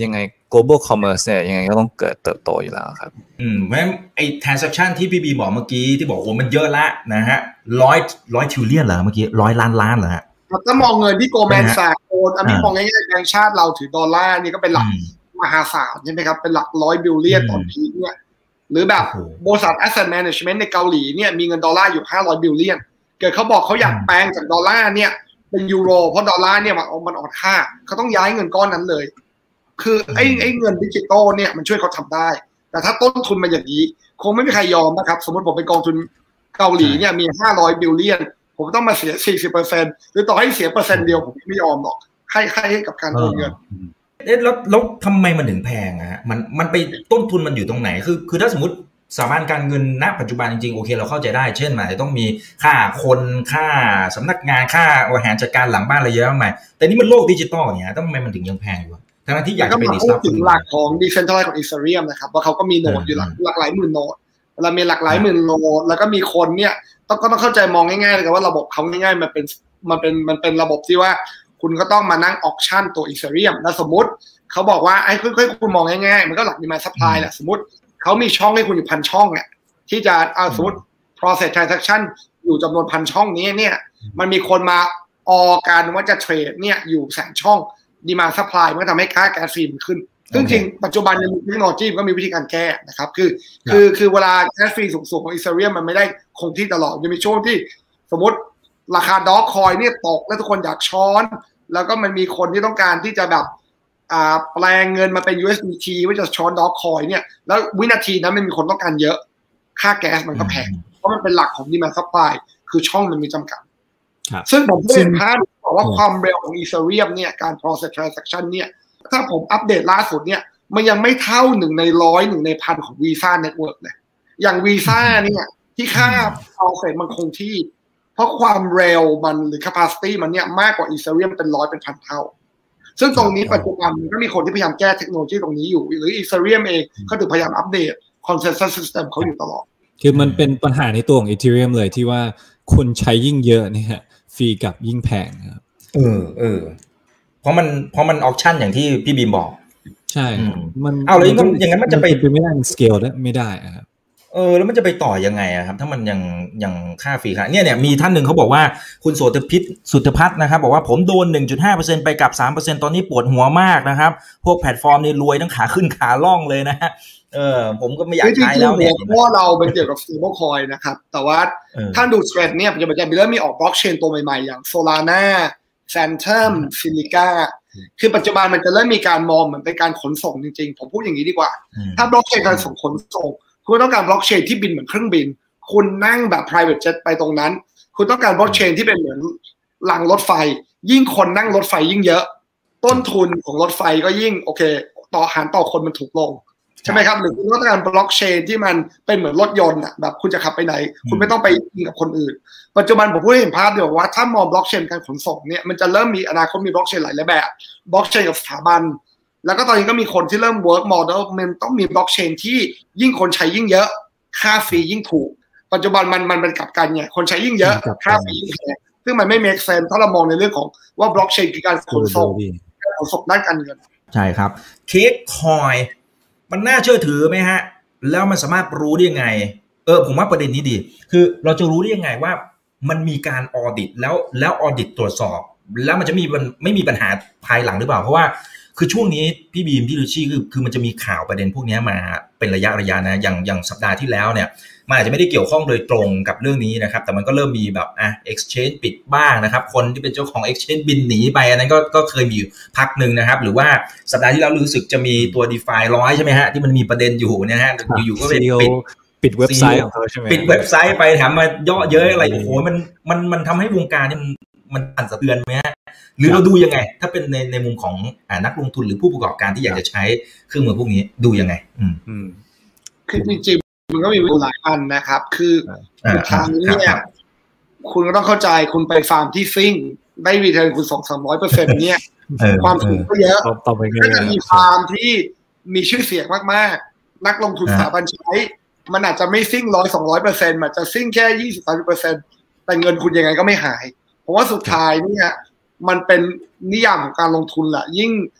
global commerce เนี่ยยังไงก็ต้องเกิดเติบโตอยู่แล้วครับอืมเพราะฉะนั้นไอ้ transaction ที่พี่บีบอกเมื่อกี้ที่บอกโอ้มันเยอะละนะฮะร้อยร้อยทริลเลียนเหรอเมื่อกี้ร้อยล้านล้านเหรอฮะถ้ามองเงินที่โกลแมนแซกโอนอันนี้มองง่ายๆแบงก์ชาติเราถือดอลลาร์นี่ก็เป็นหลักมหาศาลใช่ไหมครับเป็นหลักร้อยบิลเลียนต่อปีเนี่ยหรือแบบบริษัท asset management ในเกาหลีเนี่ยมีเงินดอลลาร์อยู่ห้าร้อยบิลเลียนเกิดเขาบอกเขาอยากแปลงจากดอลลาร์เนี่ยเป็นยูโรเพราะดอลลาร์เนี่ยมันมันอ่อนค่าเขาต้องย้ายเงินก้อนนั้นเลยคือไอ้ไอ้เงินดิจิตอลเนี่ยมันช่วยเขาทำได้แต่ถ้าต้นทุนมันอย่างนี้คงไม่มีใครยอมนะครับสมมติผมเป็นกองทุนเกาหลีเนี่ยมีห้าร้อยบิลเลียนผมต้องมาเสีย สี่สิบเปอร์เซ็นต์ หรือต่อให้เสียเปอร์เซ็นต์เดียวผมไม่ยอมหรอกให้ให้ให้กับการโอนเงินเอ๊ะแล้วแล้วทำไมมันถึงแพงอะฮะมันมันไปต้นทุนมันอยู่ตรงไหนคือคือถ้าสมมติสถาบันการเงินณปัจจุบันจริงๆโอเคเราเข้าใจได้เช่นหมายต้องมีค่าคนค่าสำนักงานค่าบริหารจัดการหลังบ้านอะไรเยอะมากมายแต่นี่มันโลกดิจิตอลเนี่ยทำไมมันถึงยังแพงอยู่ทั้งที่อยากจะเป็นดิสรัปถึงหลักของ Decentralized ของ Ethereum นะครับว่าเขาก็มีโนดอยู่หลักหลากหลายหมื่นโนดเรามีหลากหลายหมื่นโนดแล้วก็มีคนเนี่ยต้องก็ต้องเข้าใจมองง่ายๆเลยว่าระบบเขาง่ายๆมันเป็นมันเป็นมันเป็นระบบที่ว่าคุณก็ต้องมานั่งออคชั่นตัว Ethereum แล้วสมมุติเขาบอกว่าไอ้ค่อยๆคุณมองง่ายๆมันก็หลักมีมาซัพพลายแหละสมมติเขามีช่องให้คุณอยู่พันช่องเนี่ยที่จะเอาสมมติ process transaction อยู่จำนวนพันช่องนี้เนี่ยมันมีคนมาออกันว่าจะเทรดเนี่ยอยู่แสนช่องดีมาซัพพลายมันก็ทำให้ค่าแก๊สฟรีมันขึ้นซึ่งจริงปัจจุบันในเทคโนโลยีก็มีวิธีการแก้นะครับคือคือคือเวลาแก๊สฟรีสูงๆของ Ethereum มันไม่ได้คงที่ตลอดจะมีช่วงที่สมมติราคาดอกคอยเนี่ยตกแล้วทุกคนอยากช้อนแล้วก็มันมีคนที่ต้องการที่จะแบบอ่าแปลงเงินมาเป็น ยู เอส ดี ที ว่าจะช้อนดอกคอยเนี่ยแล้ววินาทีนั้นมันมีคนต้องการเยอะค่าแก๊สมันก็แพงเพราะมันเป็นหลักของ demand supply คือช่องมันมีจำกัดซึ่งผมเห็นภาพบอกว่าความเร็วของ Ethereum เนี่ยการ process transaction เนี่ยถ้าผมอัปเดตล่าสุดเนี่ยมันยังไม่เท่าหนึ่งในร้อยหนึ่งในพันของ Visa Network เลยอย่าง Visa เนี่ยที่ค่า process มันคงที่เพราะความเร็วมันหรือ capacity มันเนี่ยมากกว่า Ethereum เป็นร้อยเป็นพันเท่าซึ่งตรงนี้ปัจจุบันมันก็มีคนที่พยายามแก้เทคโนโลยีตรงนี้อยู่หรือ Ethereum เองก็ถือพยายามอัปเดต consensus system เขาอยู่ตลอดคือมันเป็นปัญหาในตัวของ Ethereum เลยที่ว่าคนใช้ยิ่งเยอะเนี่ยฟรีกับยิ่งแพงครับเออเออเพราะมันเพราะมันออคชั่นอย่างที่พี่บีมบอกใช่มันเอาเลยอย่างนั้นมันจะไปไม่ได้สเกลได้ไม่ได้ครับเออแล้วมันจะไปต่อยังไงอะครับถ้ามันยังยังค่าฟรีค่ะเนี่ยเนี่ยมีท่านหนึ่งเขาบอกว่าคุณโสตพิษสุทธพัฒน์นะครับบอกว่าผมโดน หนึ่งจุดห้าเปอร์เซ็นต์ ไปกับ สามเปอร์เซ็นต์ ตอนนี้ปวดหัวมากนะครับพวกแพลตฟอร์มนี่รวยทั้งขาขึ้นขาล่องเลยนะฮะเออผมก็ไม่อยากใช้แล้วเนี่ยเพราะเราเป็นเกี่ยวกับ stable coin นะครับแต่ว่าถ้าดูเทรนด์เนี่ยปัจจุบันจะเริ่มมีออกบล็อกเชนตัวใหม่ๆอย่าง Solana Phantom Silica คือปัจจุบันมันจะเริ่มมีการมองเหมือนเป็นการขนส่งจริงๆผมพูดอย่างนี้ดีกว่าถ้าบล็อกเชนการส่งขนส่งคุณต้องการบล็อกเชนที่บินเหมือนเครื่องบินคุณนั่งแบบ private jet ไปตรงนั้นคุณต้องการบล็อกเชนที่เป็นเหมือนรางรถไฟยิ่งคนนั่งรถไฟยิ่งเยอะต้นทุนของรถไฟก็ยิ่งโอเคต่อหารต่อคนมันถูกลงใช่ไหมครับหรือคุณต้องการบล็อกเชนที่มันเป็นเหมือนรถยนต์อ่ะแบบคุณจะขับไปไหนคุณไม่ต้องไปยิงกับคนอื่นปัจจุบันผมพูดให้เห็นภาพเดียวว่าถ้ามองบล็อกเชนการขนส่งเนี่ยมันจะเริ่มมีอนาคตมีบล็อกเชนหลายแบบบล็อกเชนกับสถาบันแล้วก็ตอนนี้ก็มีคนที่เริ่ม work model มันต้องมีบล็อกเชนที่ยิ่งคนใช้ยิ่งเยอะค่าฟรียิ่งถูกปัจจุบันมันมันเป็นกลับกันเนี่ยคนใช้ยิ่งเยอะค่าฟรียิ่งแพงซึ่งมันไม่ make sense ถ้าเรามองในเรื่องของว่าบล็อกเชนคือการขนส่งการขนส่งด้านการเงินใช่ครับเค้กคอยมันน่าเชื่อถือไหมฮะแล้วมันสามารถรู้ได้ยังไงเออผมว่าประเด็นนี้ดีคือเราจะรู้ได้ยังไงว่ามันมีการออดิตแล้วแล้วออดิตตรวจสอบแล้วมันจะมีไม่มีปัญหาภายหลังหรือเปล่าเพราะว่าคือช่วงนี้พี่บีมพี่ลูชี่คือคือมันจะมีข่าวประเด็นพวกนี้มาเป็นระยะระยะนะอย่างอย่างสัปดาห์ที่แล้วเนี่ยมันอาจจะไม่ได้เกี่ยวข้องโดยตรงกับเรื่องนี้นะครับแต่มันก็เริ่มมีแบบอ่ะ exchange ปิดบ้างนะครับคนที่เป็นเจ้าของ exchange บินหนีไปอันนั้นก็ก็เคยมีอยู่พักนึงนะครับหรือว่าสัปดาห์ที่แล้วรู้สึกจะมีตัว DeFi ร้อยใช่ไหมฮะที่มันมีประเด็นอยู่เนี่ยฮะอยู่ๆก็เป็นปิดปิดเว็บไซต์ของเขาใช่ไหมปิดเว็บไซต์ไปถามมาเยาะเย้ยอะไรโอ้โหมันมันมันทำให้วงการนี่มันมันสั่นสะเทือนไหมฮะหรือเราดูยังไงถ้าเป็นในในมุมของอ่านักลงทุนหรือผู้ประกอบการที่อยากจะใช้เครื่องมือพวกนี้ดูยังไงอืมอืมคือจริงๆมันก็มีหลายอันนะครับคือสุดท้ายเนี่ยคุณก็ต้องเข้าใจคุณไปฟาร์มที่ซิ่งได้รีเทิร์นคุณ สองถึงสามร้อยเปอร์เซ็นต์ เนี่ยความเสี่ยงก็เยอะถ้าจะมีฟาร์มที่มีชื่อเสียงมากๆนักลงทุนสถาบันใช้มันอาจจะไม่ซิ่งหนึ่งร้อย สองร้อยเปอร์เซ็นต์ มันจะซิ่งแค่ ยี่สิบถึงสามสิบเปอร์เซ็นต์ แต่เงินคุณยังไงก็ไม่หายเพราะว่าสุดท้ายเนี่ยมันเป็นนิยามของการลงทุนแหละยิ่ง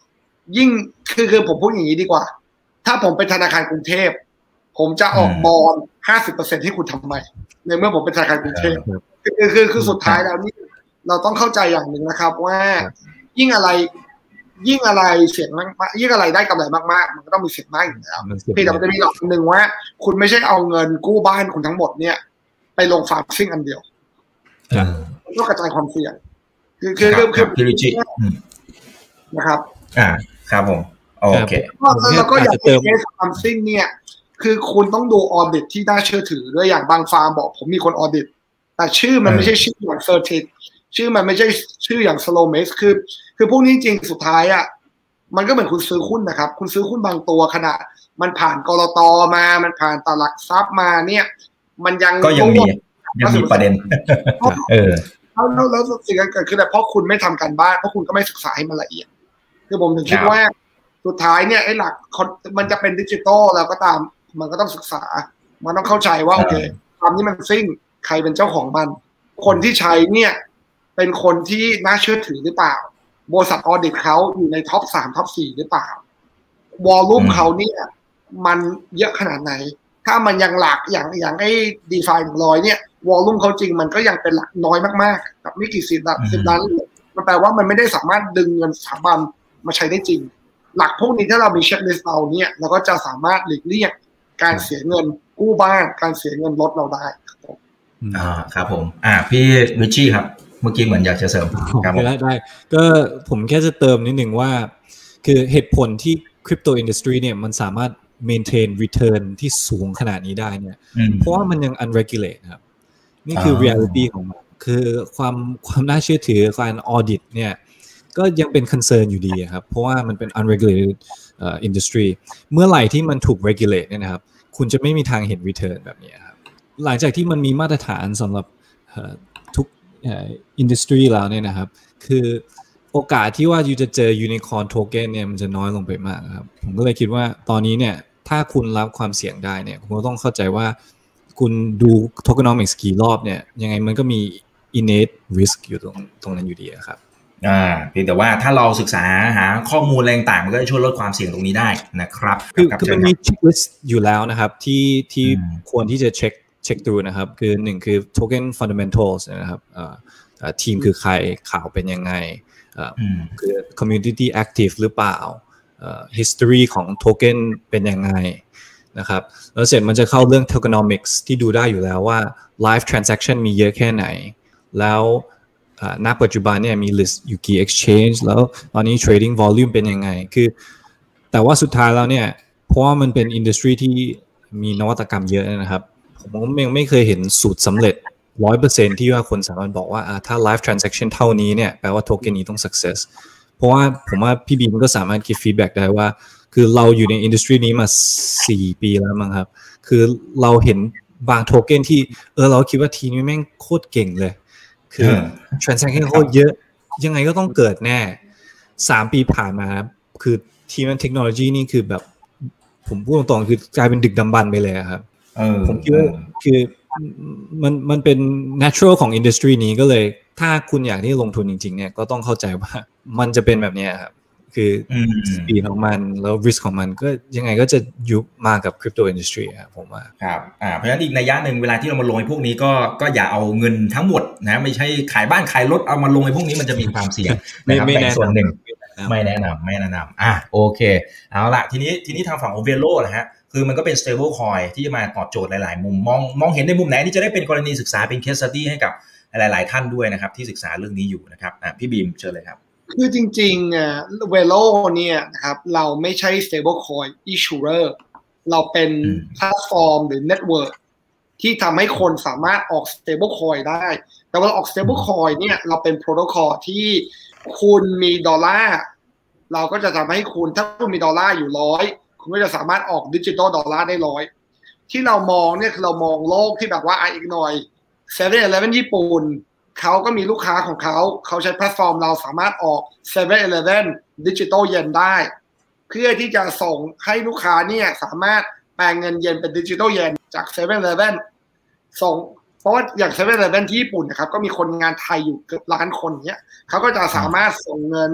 ยิ่งคือคือผมพูดอย่างนี้ดีกว่าถ้าผมเป็นธนาคารกรุงเทพผมจะออกบอนด์ ห้าสิบเปอร์เซ็นต์ ให้คุณทำไมในเมื่อผมเป็นธนาคารกรุงเทพคือคือคือสุดท้ายแล้วนี่เราต้องเข้าใจอย่างหนึ่งนะครับว่ายิ่งอะไรยิ่งอะไรเสียงมากยิ่งอะไรได้กำไรมากๆมันก็ต้องมีเสียงมากอยู่แล้วพี่แต่มันจะมีหลักหนึ่งว่าคุณไม่ใช่เอาเงินกู้บ้านคุณทั้งหมดเนี่ยไปลงฟาร์มซิ่งอันเดียวต้องกระจายความเสี่ยงคือคือคือพิริจินะครับอ่าครับผมโอเคแล้วก็อย่างเคสฟาร์มซิ่งเนี่ยคือคุณต้องดูออดิตที่น่าเชื่อถือด้วยอย่างบางฟาร์มบอกผมมีคนออดิตแต่ชื่อมันไม่ใช่ชื่ออย่างเซอร์ทิกชื่อมันไม่ใช่ชื่ออย่างสโลเมสคือคือพวกนี้จริงสุดท้ายอ่ะมันก็เหมือนคุณซื้อหุ้นนะครับคุณซื้อหุ้นบางตัวขณะมันผ่านกลต.มามันผ่านตลาดทรัพย์มาเนี่ยมันยังก็ยังมียังมีประเด็นเออแล้วแล้วสิ่งที่เกิดขึ้นเพราะคุณไม่ทำการบ้านเพราะคุณก็ไม่ศึกษาให้มันละเอียดคือผมถึงคิดว่าสุดท้ายเนี่ยไอ้หลักมันจะเป็นดิจิตอลแล้วก็ตามมันก็ต้องศึกษามันต้องเข้าใจว่าโอเคทำนี่มันซิ่งใครเป็นเจ้าของมันคนที่ใช้เนี่ยเป็นคนที่น่าเชื่อถือหรือเปล่าบริษัทออดิตเขาอยู่ในท็อปสามท็อปสี่หรือเปล่าวอลลุ่มเขาเนี่ยมันเยอะขนาดไหนถ้ามันยังหลักอย่างอย่างไอ้ DeFi หนึ่งร้อยเนี่ยวอลลุ่มเขาจริงมันก็ยังเป็นหลักน้อยมากๆกับไม่กี่สิบสิบล้านมันแปลว่ามันไม่ได้สามารถดึงเงินสถาบันมาใช้ได้จริงหลักพวกนี้ถ้าเรามีเช็คลิสต์เอาเนี่ยเราก็จะสามารถหลีกเลี่ยงการเสียเงินกู้บ้านการเสียเงินรถเราได้ครับผมอ่าครับผมอ่าพี่ริชชี่ครับเมื่อกี้เหมือนอยากจะเสริมครับได้ได้ก็ผมแค่จะเติมนิดนึงว่าคือเหตุผลที่คริปโตอินดัสทรีเนี่ยมันสามารถ maintain return ที่สูงขนาดนี้ได้เนี่ยเพราะว่ามันยัง unregulate ครับนี่คือ reality ของมันคือความความน่าเชื่อถือการ audit เนี่ยก็ยังเป็น concern อยู่ดีครับเพราะว่ามันเป็น unregulated uh, industry เมื่อไหร่ที่มันถูก regulate เนี่ยนะครับคุณจะไม่มีทางเห็น return แบบนี้ครับหลังจากที่มันมีมาตรฐานสำหรับ uh, ทุก uh, industry แล้วเนี่ยนะครับคือโอกาสที่ว่าอยู่จะเจอ unicorn token เนี่ยมันจะน้อยลงไปมากครับผมก็เลยคิดว่าตอนนี้เนี่ยถ้าคุณรับความเสี่ยงได้เนี่ยคุณก็ต้องเข้าใจว่าคุณดู tokenomics กี่รอบเนี่ยยังไงมันก็มี innate risk อยู่ตรงตรงนั้นอยู่ดีครับอ่าเพียงแต่ว่าถ้าเราศึกษาหาข้อมูลอะไรต่างๆมันก็จะช่วยลดความเสี่ยงตรงนี้ได้นะครับคือคือมันมี checklist อยู่แล้วนะครับที่ที่ควรที่จะเช็คเช็คดูนะครับคือหนึ่งคือ token fundamentals นะครับเอ่อทีมคือใครข่าวเป็นยังไงคือ community active หรือเปล่า history ของ token เป็นยังไงนะครับแล้วเสร็จมันจะเข้าเรื่อง tokenomics ที่ดูได้อยู่แล้วว่า live transaction มีเยอะแค่ไหนแล้วณปัจจุบันเนี่ยมี list อยู่กี่ exchange แล้วตอนนี้ trading volume เป็นยังไงคือแต่ว่าสุดท้ายแล้วเนี่ยเพราะว่ามันเป็น industry ที่มีนวัตกรรมเยอะนะครับผมก็ยังไม่เคยเห็นสูตรสำเร็จ หนึ่งร้อยเปอร์เซ็นต์ ที่ว่าคนสามารถบอกว่าถ้า live transaction เท่านี้เนี่ยแปลว่า token นี้ต้อง success เพราะว่าผมว่าพี่บีมก็สามารถ give feedback ได้ว่าคือเราอยู่ใน industry นี้มาสี่ปีแล้วมั้งครับคือเราเห็นบาง token ที่เออเราคิดว่าทีนี้แม่งโคตรเก่งเลยคือ transaction โคตรเยอะยังไงก็ต้องเกิดแน่สามปีผ่านมาคือทีมเทคโนโลยีนี่คือแบบผมพูดตรงๆคือกลายเป็นดึกดำบรรพ์ไปเลยครับผมคิดว่าคือมันมันเป็น natural ของ industry นี้ก็เลยถ้าคุณอยากที่ลงทุนจริงๆเนี่ยก็ต้องเข้าใจว่ามันจะเป็นแบบนี้ครับคือสปีดของมันแล้ว risk ของมันก็ยังไงก็จะยุบมากับ crypto industry ครับผมว่าครับอ่าเพราะฉะนั้นอีกนัยยะนึงเวลาที่เรามาลงในพวกนี้ก็ก็อย่าเอาเงินทั้งหมดนะไม่ใช่ขายบ้านขายรถเอามาลงในพวกนี้มันจะมีความเสี่ยงนะครับแต่ส่วนหนึ่งไม่แนะนำไม่แนะนำอ่ะโอเคเอาละทีนี้ทีนี้ทางฝั่งของ Velo นะฮะคือมันก็เป็น stable coin ที่จะมาตอบโจทย์หลายๆมุมมองมองเห็นในมุมไหนที่จะได้เป็นกรณีศึกษาเป็น case study ให้กับหลายๆท่านด้วยนะครับที่ศึกษาเรื่องนี้อยู่นะครับอ่ะพี่บีมเชิญเลยครับคือจริงๆอ่ะ Velo เนี่ยนะครับเราไม่ใช่ stable coin issuer เราเป็นแพลตฟอร์มหรือ network ที่ทำให้คนสามารถออก stable coin ได้แต่เวลาออก stable coin เนี่ยเราเป็นโปรโตคอลที่คุณมีดอลลาร์เราก็จะทำให้คุณถ้าคุณมีดอลลาร์อยู่ร้อยคุณก็จะสามารถออกดิจิตอลดอลลาร์ได้ร้อยที่เรามองเนี่ยคือเรามองโลกที่แบบว่าอีกหน่อย เซเว่น Eleven ญี่ปุ่นเขาก็มีลูกค้าของเขาเขาใช้แพลตฟอร์มเราสามารถออก เซเว่น Eleven ดิจิตอลเยนได้เพื่อที่จะส่งให้ลูกค้าเนี่ยสามารถแปลงเงินเยนเป็นดิจิตอลเยนจาก เซเว่น Eleven ส่งเพราะว่าอย่าง เซเว่น Eleven ที่ญี่ปุ่นนะครับก็มีคนงานไทยอยู่เกือบล้านคนเนี้ยเขาก็จะสามารถส่งเงิน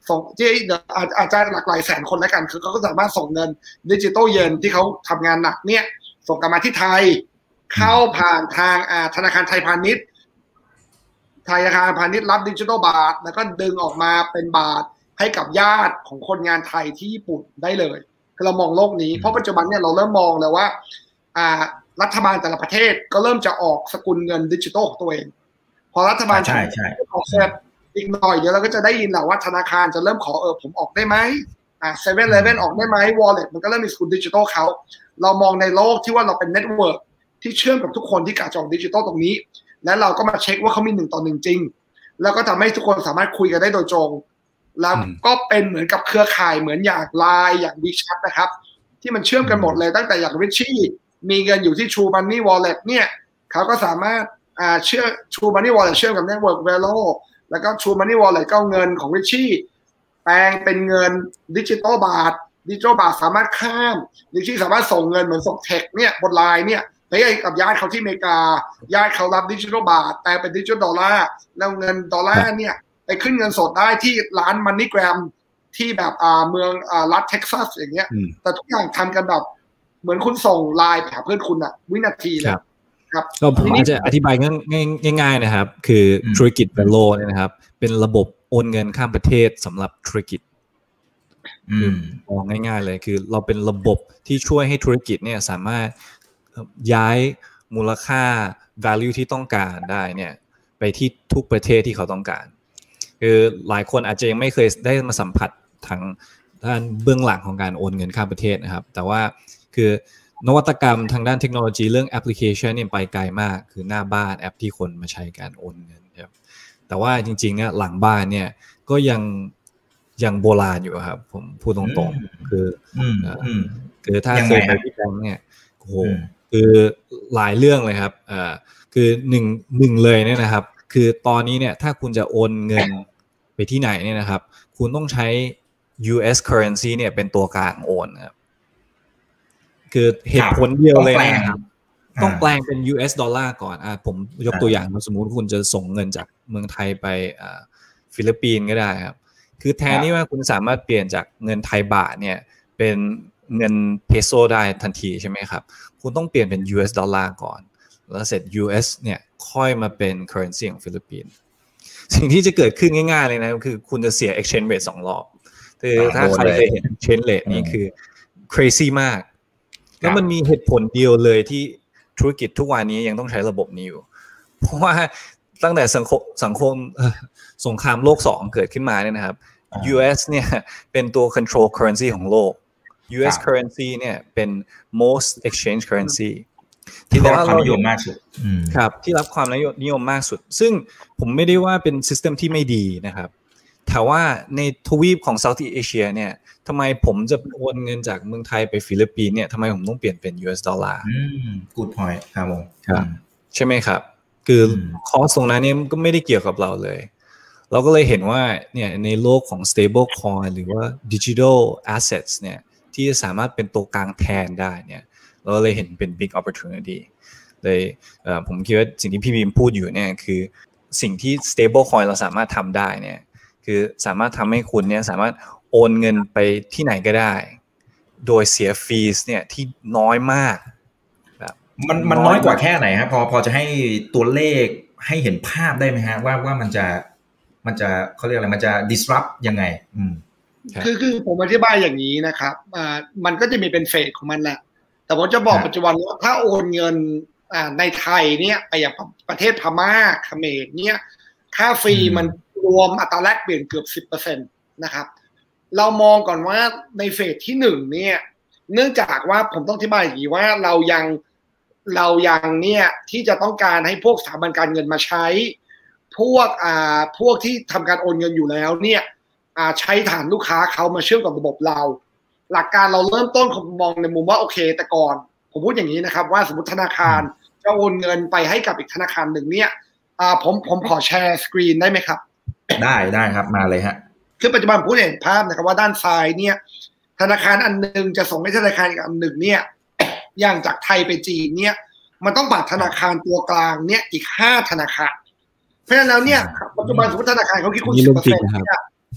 ส่งที่อาจจะหลากหลายแสนคนแล้วกันคือเขาก็สามารถส่งเงินดิจิตอลเยนที่เขาทำงานหนักเนี่ยส่งกลับมาที่ไทยเข้าผ่านทางธนาคารไทยพาณิชย์ธนาคารพาณิชย์รับดิจิตอลบาทแล้วก็ดึงออกมาเป็นบาทให้กับญาติของคนงานไทยที่ญี่ปุ่นได้เลยคือเรามองโลกนี้เพราะปัจจุบันเนี่ยเราเริ่มมองแล้วว่าอ่ารัฐบาลแต่ละประเทศก็เริ่มจะออกสกุลเงินดิจิตอลของตัวเองพอรัฐบาลใช่ใช่ออกเสร็จอีกหน่อยเดี๋ยวเราก็จะได้ยินแหละว่าธนาคารจะเริ่มขอเออผมออกได้ไหมอ่าเซเว่นเลเว่นออกได้ไหมวอลเล็ตมันก็เริ่มมีสกุลดิจิตอลเขาเรามองในโลกที่ว่าเราเป็นเน็ตเวิร์กที่เชื่อมกับทุกคนที่กระจายดิจิตอลตรงนี้และเราก็มาเช็คว่าเขามีหนึ่งต่อหนึ่งจริงแล้วก็ทำให้ทุกคนสามารถคุยกันได้โดยตรงแล้วก็เป็นเหมือนกับเครือข่ายเหมือนอย่าง ไลน์ อย่าง WeChat นะครับที่มันเชื่อมกันหมดเลยตั้งแต่อย่าง Richie มีเงินอยู่ที่ True Money Wallet เนี่ยเขาก็สามารถอ่าเชื่อ True Money Wallet เชื่อมกับ Network Velo แล้วก็ True Money Wallet ก็เอาเงินของ Richie แปลงเป็นเงินดิจิตอลบาทดิจิตอลบาทสามารถข้าม Richie สามารถส่งเงินเหมือนส่งเทคเนี่ยบน ไลน์ เนี่ยไปให้กับญาติเขาที่อเมริกาญาติเขารับดิจิตอลบาทแปลงเป็นดิจิตอลดอลลาร์แล้วเงินดอลลาร์เนี่ยไปขึ้นเงินสดได้ที่ร้าน MoneyGram ที่แบบอ่าเมืองอ่ารัฐเท็กซัสอย่างเงี้ยแต่ทุกอย่างทำกันแบบเหมือนคุณส่งไลน์ไปหาเพื่อนคุณอะวินาทีเลยครับก็ผมอาจจะอธิบายง่ายๆนะครับคือธุรกิจ Velo เนี่ยนะครับเป็นระบบโอนเงินข้ามประเทศสำหรับธุรกิจมองง่ายๆเลยคือเราเป็นระบบที่ช่วยให้ธุรกิจเนี่ยสามารถย้ายมูลค่า value ที่ต้องการได้เนี่ยไปที่ทุกประเทศที่เขาต้องการคือหลายคนอาจจะยังไม่เคยได้มาสัมผัสทางด้านเบื้องหลังของการโอนเงินข้ามประเทศนะครับแต่ว่าคือนวัตกรรมทางด้านเทคโนโลยีเรื่องแอปพลิเคชันเนี่ยไปไกลมากคือหน้าบ้านแอปที่คนมาใช้การโอนเงินครับแต่ว่าจริงๆเนี่ยหลังบ้านเนี่ยก็ยังยังโบราณอยู่ครับผมพูดตรงๆคือคือถ้าเคยไปที่แบงก์เนี่ยโอ้โหคือหลายเรื่องเลยครับอ่าคือหนึ่งหนึ่งเลยเนี่ยนะครับคือตอนนี้เนี่ยถ้าคุณจะโอนเงินไปที่ไหนเนี่ยนะครับคุณต้องใช้ ยู เอส currency เนี่ยเป็นตัวกลางโอนครับคือเหตุผลเดียวเลยนะครับต้องแปลงเป็น ยู เอส ดอลลาร์ก่อนอ่าผมยกตัวอย่างสมมุติคุณจะส่งเงินจากเมืองไทยไปอ่าฟิลิปปินส์ก็ได้ครับคือแทนที่ว่าคุณสามารถเปลี่ยนจากเงินไทยบาทเนี่ยเป็นเงินเพโซได้ทันทีใช่ไหมครับคุณต้องเปลี่ยนเป็น ยู เอส ดอลลาร์ก่อนแล้วเสร็จ ยู เอส เนี่ยค่อยมาเป็น currency ของฟิลิปปินส์สิ่งที่จะเกิดขึ้นง่ายๆเลยนะคือคุณจะเสีย exchange rate สองรอบคือถ้าใครเคยเห็น exchange rate นี่คือ crazy มากแล้วมันมีเหตุผลเดียวเลยที่ธุรกิจทุกวันนี้ยังต้องใช้ระบบนี้อยู่เพราะว่าตั้งแต่สังคมสังคมสงครามโลกสองเกิดขึ้นมาเนี่ยนะครับ ยู เอส เนี่ยเป็นตัว control currency ของโลก ยู เอส currency เนี่ยเป็น most exchange currency ที่ได้รับความนิยมมากสุดครับที่รับความนิยมมากสุดซึ่งผมไม่ได้ว่าเป็น system ที่ไม่ดีนะครับแต่ว่าในทวีปของ Southeast Asia เนี่ยทำไมผมจะโอนเงินจากเมืองไทยไปฟิลิปปินส์เนี่ยทำไมผมต้องเปลี่ยนเป็น ยู เอส ดอลลาร์อืม good point ครับผมครับใช่ไหมครับคือคอสตรงนั้นเนี่ยก็ไม่ได้เกี่ยวกับเราเลยเราก็เลยเห็นว่าเนี่ยในโลกของ stable coin หรือว่า digital assets เนี่ยที่สามารถเป็นตัวกลางแทนได้เนี่ยเราเลยเห็นเป็น big opportunity เลยเอ่อผมคิดว่าสิ่งที่พี่บีมพูดอยู่เนี่ยคือสิ่งที่ stable coin เราสามารถทำได้เนี่ยคือสามารถทำให้คุณเนี่ยสามารถโอนเงินไปที่ไหนก็ได้โดยเสียฟีสเนี่ยที่น้อยมากแบบมันมันน้อยกว่าแค่ไหนครับพอพอจะให้ตัวเลขให้เห็นภาพได้ไหมฮะว่าว่ามันจะมันจะเขาเรียกอะไรมันจะ disrupt ยังไงอืมคือคือผมอธิบายอย่างนี้นะครับอ่ามันก็จะมีเป็นเฟสของมันแหละแต่ผมจะบอกปัจจุบันว่าถ้าโอนเงินอ่าในไทยเนี่ยไปอย่างประเทศพม่าเขมรเนี่ยค่าฟรีมันรวมอัตราแลกเปลี่ยนเกือบ สิบเปอร์เซ็นต์ นะครับเรามองก่อนว่าในเฟสที่หนึ่งเนี่ยเนื่องจากว่าผมต้องอธิบายอย่างนี้ว่าเรายังเรายังเนี่ยที่จะต้องการให้พวกสถาบันการเงินมาใช้พวกอ่าพวกที่ทำการโอนเงินอยู่แล้วเนี่ยอ่าใช้ฐานลูกค้าเขามาเชื่อมกับระบบเราหลักการเราเริ่มต้นผมมองในมุมว่าโอเคแต่ก่อนผมพูดอย่างนี้นะครับว่าสมมติธนาคารจะโอนเงินไปให้กับอีกธนาคารหนึ่งเนี่ยอ่าผมผมขอแชร์สกรีนได้ไหมครับได้ได้ครับมาเลยฮะคือปัจจุบันผู้เห็นภาพนะครับว่าด้านซ้ายเนี่ยธนาคารอันนึงจะส่งให้ธนาคารอีกอันหนึ่งเนี่ยอย่างจากไทยไปจีนเนี่ยมันต้องผ่านธนาคารตัวกลางเนี่ยอีกห้าธนาคารเพราะฉะนั้นแล้วเนี่ยปัจจุบันสมมติธนาคารเขาคิดคุณ สิบเปอร์เซ็นต์ เนี่ย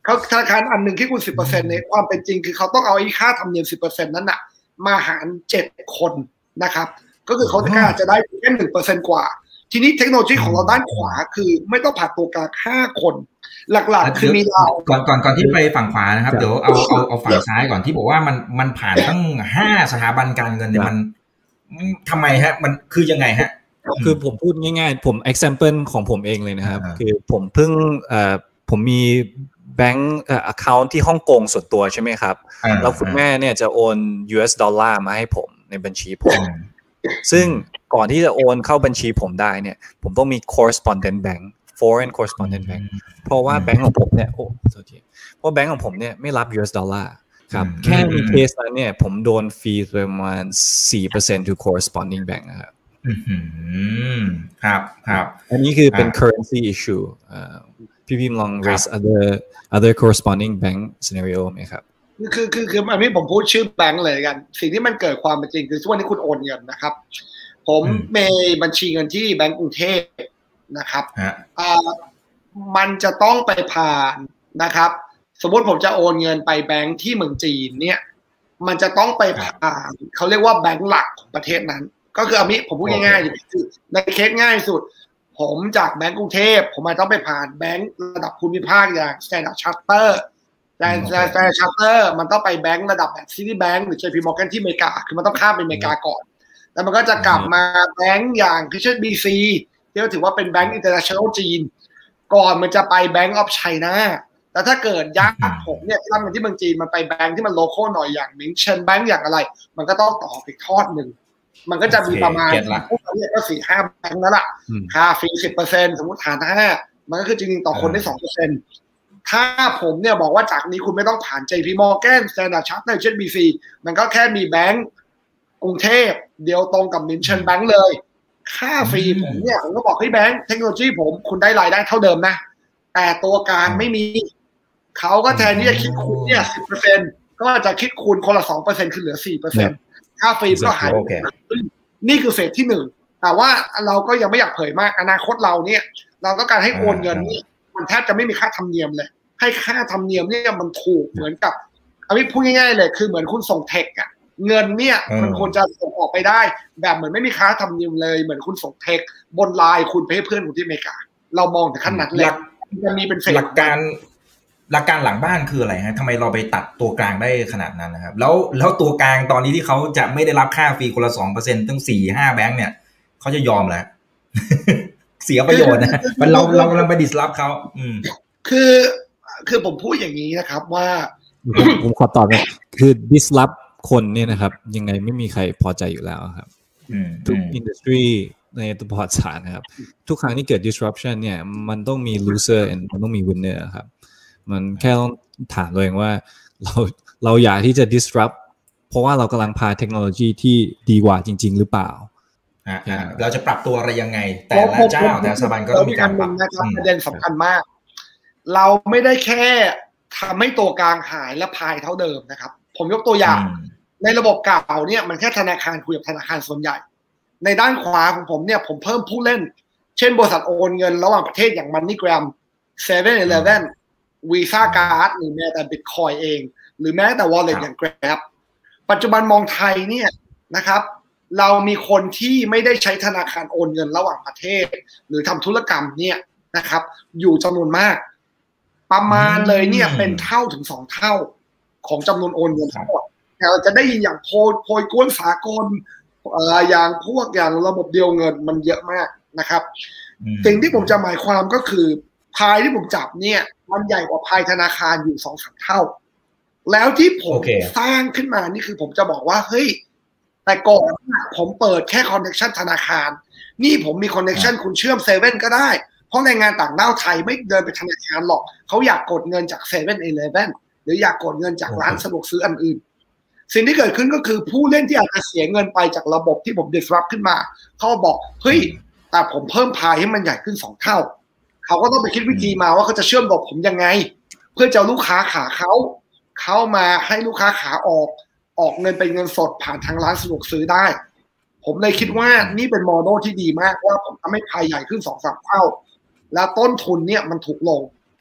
เขาธนาคารอันหนึ่งคิดคุณ สิบเปอร์เซ็นต์ ในความเป็นจริงคือเขาต้องเอาไอ้ค่าธรรมเนียม สิบเปอร์เซ็นต์ นั้นน่ะมาหารเจ็ดคนนะครับก็คือเขาอาจจะได้แค่ หนึ่งเปอร์เซ็นต์ กว่าทีนี้เทคโนโลยีของเราด้านขวาคือไม่ต้องผ่านตัวกลางห้าคนหลักๆคือมีเราก่อนก่อนก่อนที่ไปฝั่งขวานะครับเดี๋ยวเอาเอาเอาฝั่งซ้ายก่อนที่บอกว่ามันมันผ่านตั้งห้าสถาบันการเงินเนี่ยมันทำไมฮะมันคือยังไงฮะคือผมพูดง่ายๆผม example ของผมเองเลยนะครับคือผมเพิ่งเอ่อผมมีแบงก์เอ่อ account ที่ฮ่องกงส่วนตัวใช่ไหมครับแล้วคุณแม่เนี่ยจะโอน ยู เอส ดอลลาร์มาให้ผมในบัญชีผมซึ่งก่อนที่จะโอนเข้าบัญชีผมได้เนี่ยผมต้องมี correspondent bank foreign correspondent bank เพราะว่าแบงก์ของผมเนี่ยโอ้โทษทีเพราะแบงก์ของผมเนี่ยไม่รับ ยู เอส ดอลลาร์ครับแค่มีเคสนั้นเนี่ยผมโดนฟรีประมาณ สี่เปอร์เซ็นต์ to corresponding bank นะครับอืมครับครับอันนี้คือเป็น currency issue อ่าพี่พิมลอง raise other other corresponding bank scenario ไหมครับคือคือคืออันนี้ผมพูดชื่อแบงก์เลยกันสิ่งที่มันเกิดความเป็นจริงคือช่วงนี้คุณโอนเงินนะครับผมมีบัญชีเงินที่แบงก์กรุงเทพนะครับอ่ามันจะต้องไปผ่านนะครับสมมติผมจะโอนเงินไปแบงก์ที่เมืองจีนเนี่ยมันจะต้องไปผ่านเขาเรียกว่าแบงก์หลักของประเทศนั้นก็คืออันนี้ผมพูดง่ายๆคือในเคสง่ายสุดผมจากแบงก์กรุงเทพผมมันต้องไปผ่านแบงก์ระดับภูมิภาคอย่าง Standard Charter แต่ Standard Charter มันต้องไปแบงก์ระดับแบบ Citibank หรือ เจ พี Morgan ที่อเมริกาคือมันต้องข้ามไปอเมริกาก่อนแล้วมันก็จะกลับมาแบงก์อย่างที่เช่น บี ซี ที่ถือว่าเป็นแบงก์ International จีนก่อนมันจะไป Bank of China แล้วถ้าเกิดญาติผมเนี่ยที่ทำงานที่เมืองจีนมันไปแบงก์ที่มันโลคอลหน่อยอย่างมิงเชินแบงก์อย่างอะไรมันก็ต้องต่ออีกทอดหนึ่งมันก็จะมีประมาณพวกเราเนี่ยก็ สี่ห้า แบงค์นั่นแหละค่าฟรี สิบเปอร์เซ็นต์ สมมุติฐานห้ามันก็คือจริงๆต่อคนได้ สองเปอร์เซ็นต์ ถ้าผมเนี่ยบอกว่าจากนี้คุณไม่ต้องผ่าน เจ พี Morgan Standard Chartered เช่น บี ซี มันก็แค่มีแบงก์กรุงเทพเดียวตรงกับมินเชินแบงก์เลยค่าฟรีผมเนี่ยผมก็บอกให้แบงก์เทคโนโลยีผมคุณได้รายได้เท่าเดิมนะแต่ตัวกลางไม่มีเขาก็แทนที่จะคิดคุณเนี่ย สิบเปอร์เซ็นต์ ก็จะคิดคุณคนละ สองเปอร์เซ็นต์ คือเหลือ สี่เปอร์เซ็นต์ค่าฟรีก็หายไปนี่คือเฟสที่หนึ่งแต่ว่าเราก็ยังไม่อยากเผยมากอนาคตเราเนี่ยเราต้องการให้โอนเงินนี่มันแทบจะไม่มีค่าธรรมเนียมเลยให้ค่าธรรมเนียมเนี่ยมันถูกเหมือนกับเอาไปพูดง่ายๆเลยคือเหมือนคุณส่งเทคอะเงินเนี่ยมันควรจะส่งออกไปได้แบบเหมือนไม่มีค่าธรรมเนียมเลยเหมือนคุณส่งเทคบนไลน์คุณไปให้เพื่อนคุณที่อเมริกาเรามองถึงขั้นนั้นเลยจะมีเป็นเฟสหลักการหลักการหลังบ้านคืออะไรฮะทำไมเราไปตัดตัวกลางได้ขนาดนั้นนะครับแล้วแล้วตัวกลางตอนนี้ที่เขาจะไม่ได้รับค่าฟรีคนละ สองเปอร์เซ็นต์ ตั้ง สี่ห้า แบงค์เนี่ยเขาจะยอมแล้ว เสียประโยชน์นะมันเราเรากำลังไปดิสรับเขาอืมคือคือผมพูดอย่างนี้นะครับว่าผมขอตอบนะคือ disrupt คนเนี่ยนะครับยังไงไม่มีใครพอใจอยู่แล้วครับทุก industry ในตัวประวัติศาสตร์นะครับทุกครั้งที่เกิด disruption เนี่ยมันต้องมี loser and มันต้องมี winner ครับมันแค่ต้องถามตัวเองว่าเราเราอยากที่จะ disrupt เพราะว่าเรากำลังพาเทคโนโลยีที่ดีกว่าจริงๆหรือเปล่าเราจะปรับตัวอะไรยังไงแต่ละเจ้าแต่ละสถาบันก็ต้องมีการปรับนะครับประเด็นสำคัญมากเราไม่ได้แค่ทำให้ตัวกลางหายและพายเท่าเดิมนะครับผมยกตัวอย่างในระบบเก่าเนี่ยมันแค่ธนาคารคุยกับธนาคารส่วนใหญ่ในด้านขวาของผมเนี่ยผมเพิ่มผู้เล่นเช่นบริษัทโอนเงินระหว่างประเทศอย่าง MoneyGram เซเว่น Eleven Visa Card หรือแม้แต่ Bitcoin เองหรือแม้แต่ Wallet อย่าง Grab ปัจจุบันมองไทยเนี่ยนะครับเรามีคนที่ไม่ได้ใช้ธนาคารโอนเงินระหว่างประเทศหรือทำธุรกรรมเนี่ยนะครับอยู่จำนวนมากประมาณเลยเนี่ยเป็นเท่าถึงสองเท่าของจำนวนโอนเงินทั้งหมดเราจะได้ยินอย่างโพยโพยกวนสากลเอ่ออย่างพวกอย่างระบบเดียวเงินมันเยอะมากนะครับสิ่งที่ผมจะหมายความก็คือพายที่ผมจับเนี่ยมันใหญ่กว่าพายธนาคารอยู่ สองถึงสาม เท่าแล้วที่ผม okay. สร้างขึ้นมานี่คือผมจะบอกว่าเฮ้ยแต่ก่อนผมเปิดแค่คอนเนคชั่นธนาคารนี่ผมมีคอนเนคชั่นคุณเชื่อมเซเว่นก็ได้เพราะแรงงานต่างด้าวไทยไม่เดินไปธนาคารหรอกเขาอยากกดเงินจากเซเว่น อีเลฟเว่นหรืออยากกดเงินจากร้านสะดวกซื้ออันอื่นสิ่งที่เกิดขึ้นก็คือผู้เล่นที่อาจจะเสียเงินไปจากระบบที่ผม disrupt ขึ้นมาเขาบอกเฮ้ยแต่ผมเพิ่มพายให้มันใหญ่ขึ้นสองเท่าเขาก็ต้องไปคิดวิธีมาว่าเขาจะเชื่อมระบบผมยังไงเพื่อจะลูกค้าขาเขาเข้ามาให้ลูกค้าขาออกออกเงินเป็นเงินสดผ่านทางร้านสะดวกซื้อได้ผมเลยคิดว่านี่เป็นโมเดลที่ดีมากว่าผมทำให้พายใหญ่ขึ้น สองถึงสาม เท่าแล้วต้นทุนเนี่ยมันถูกลง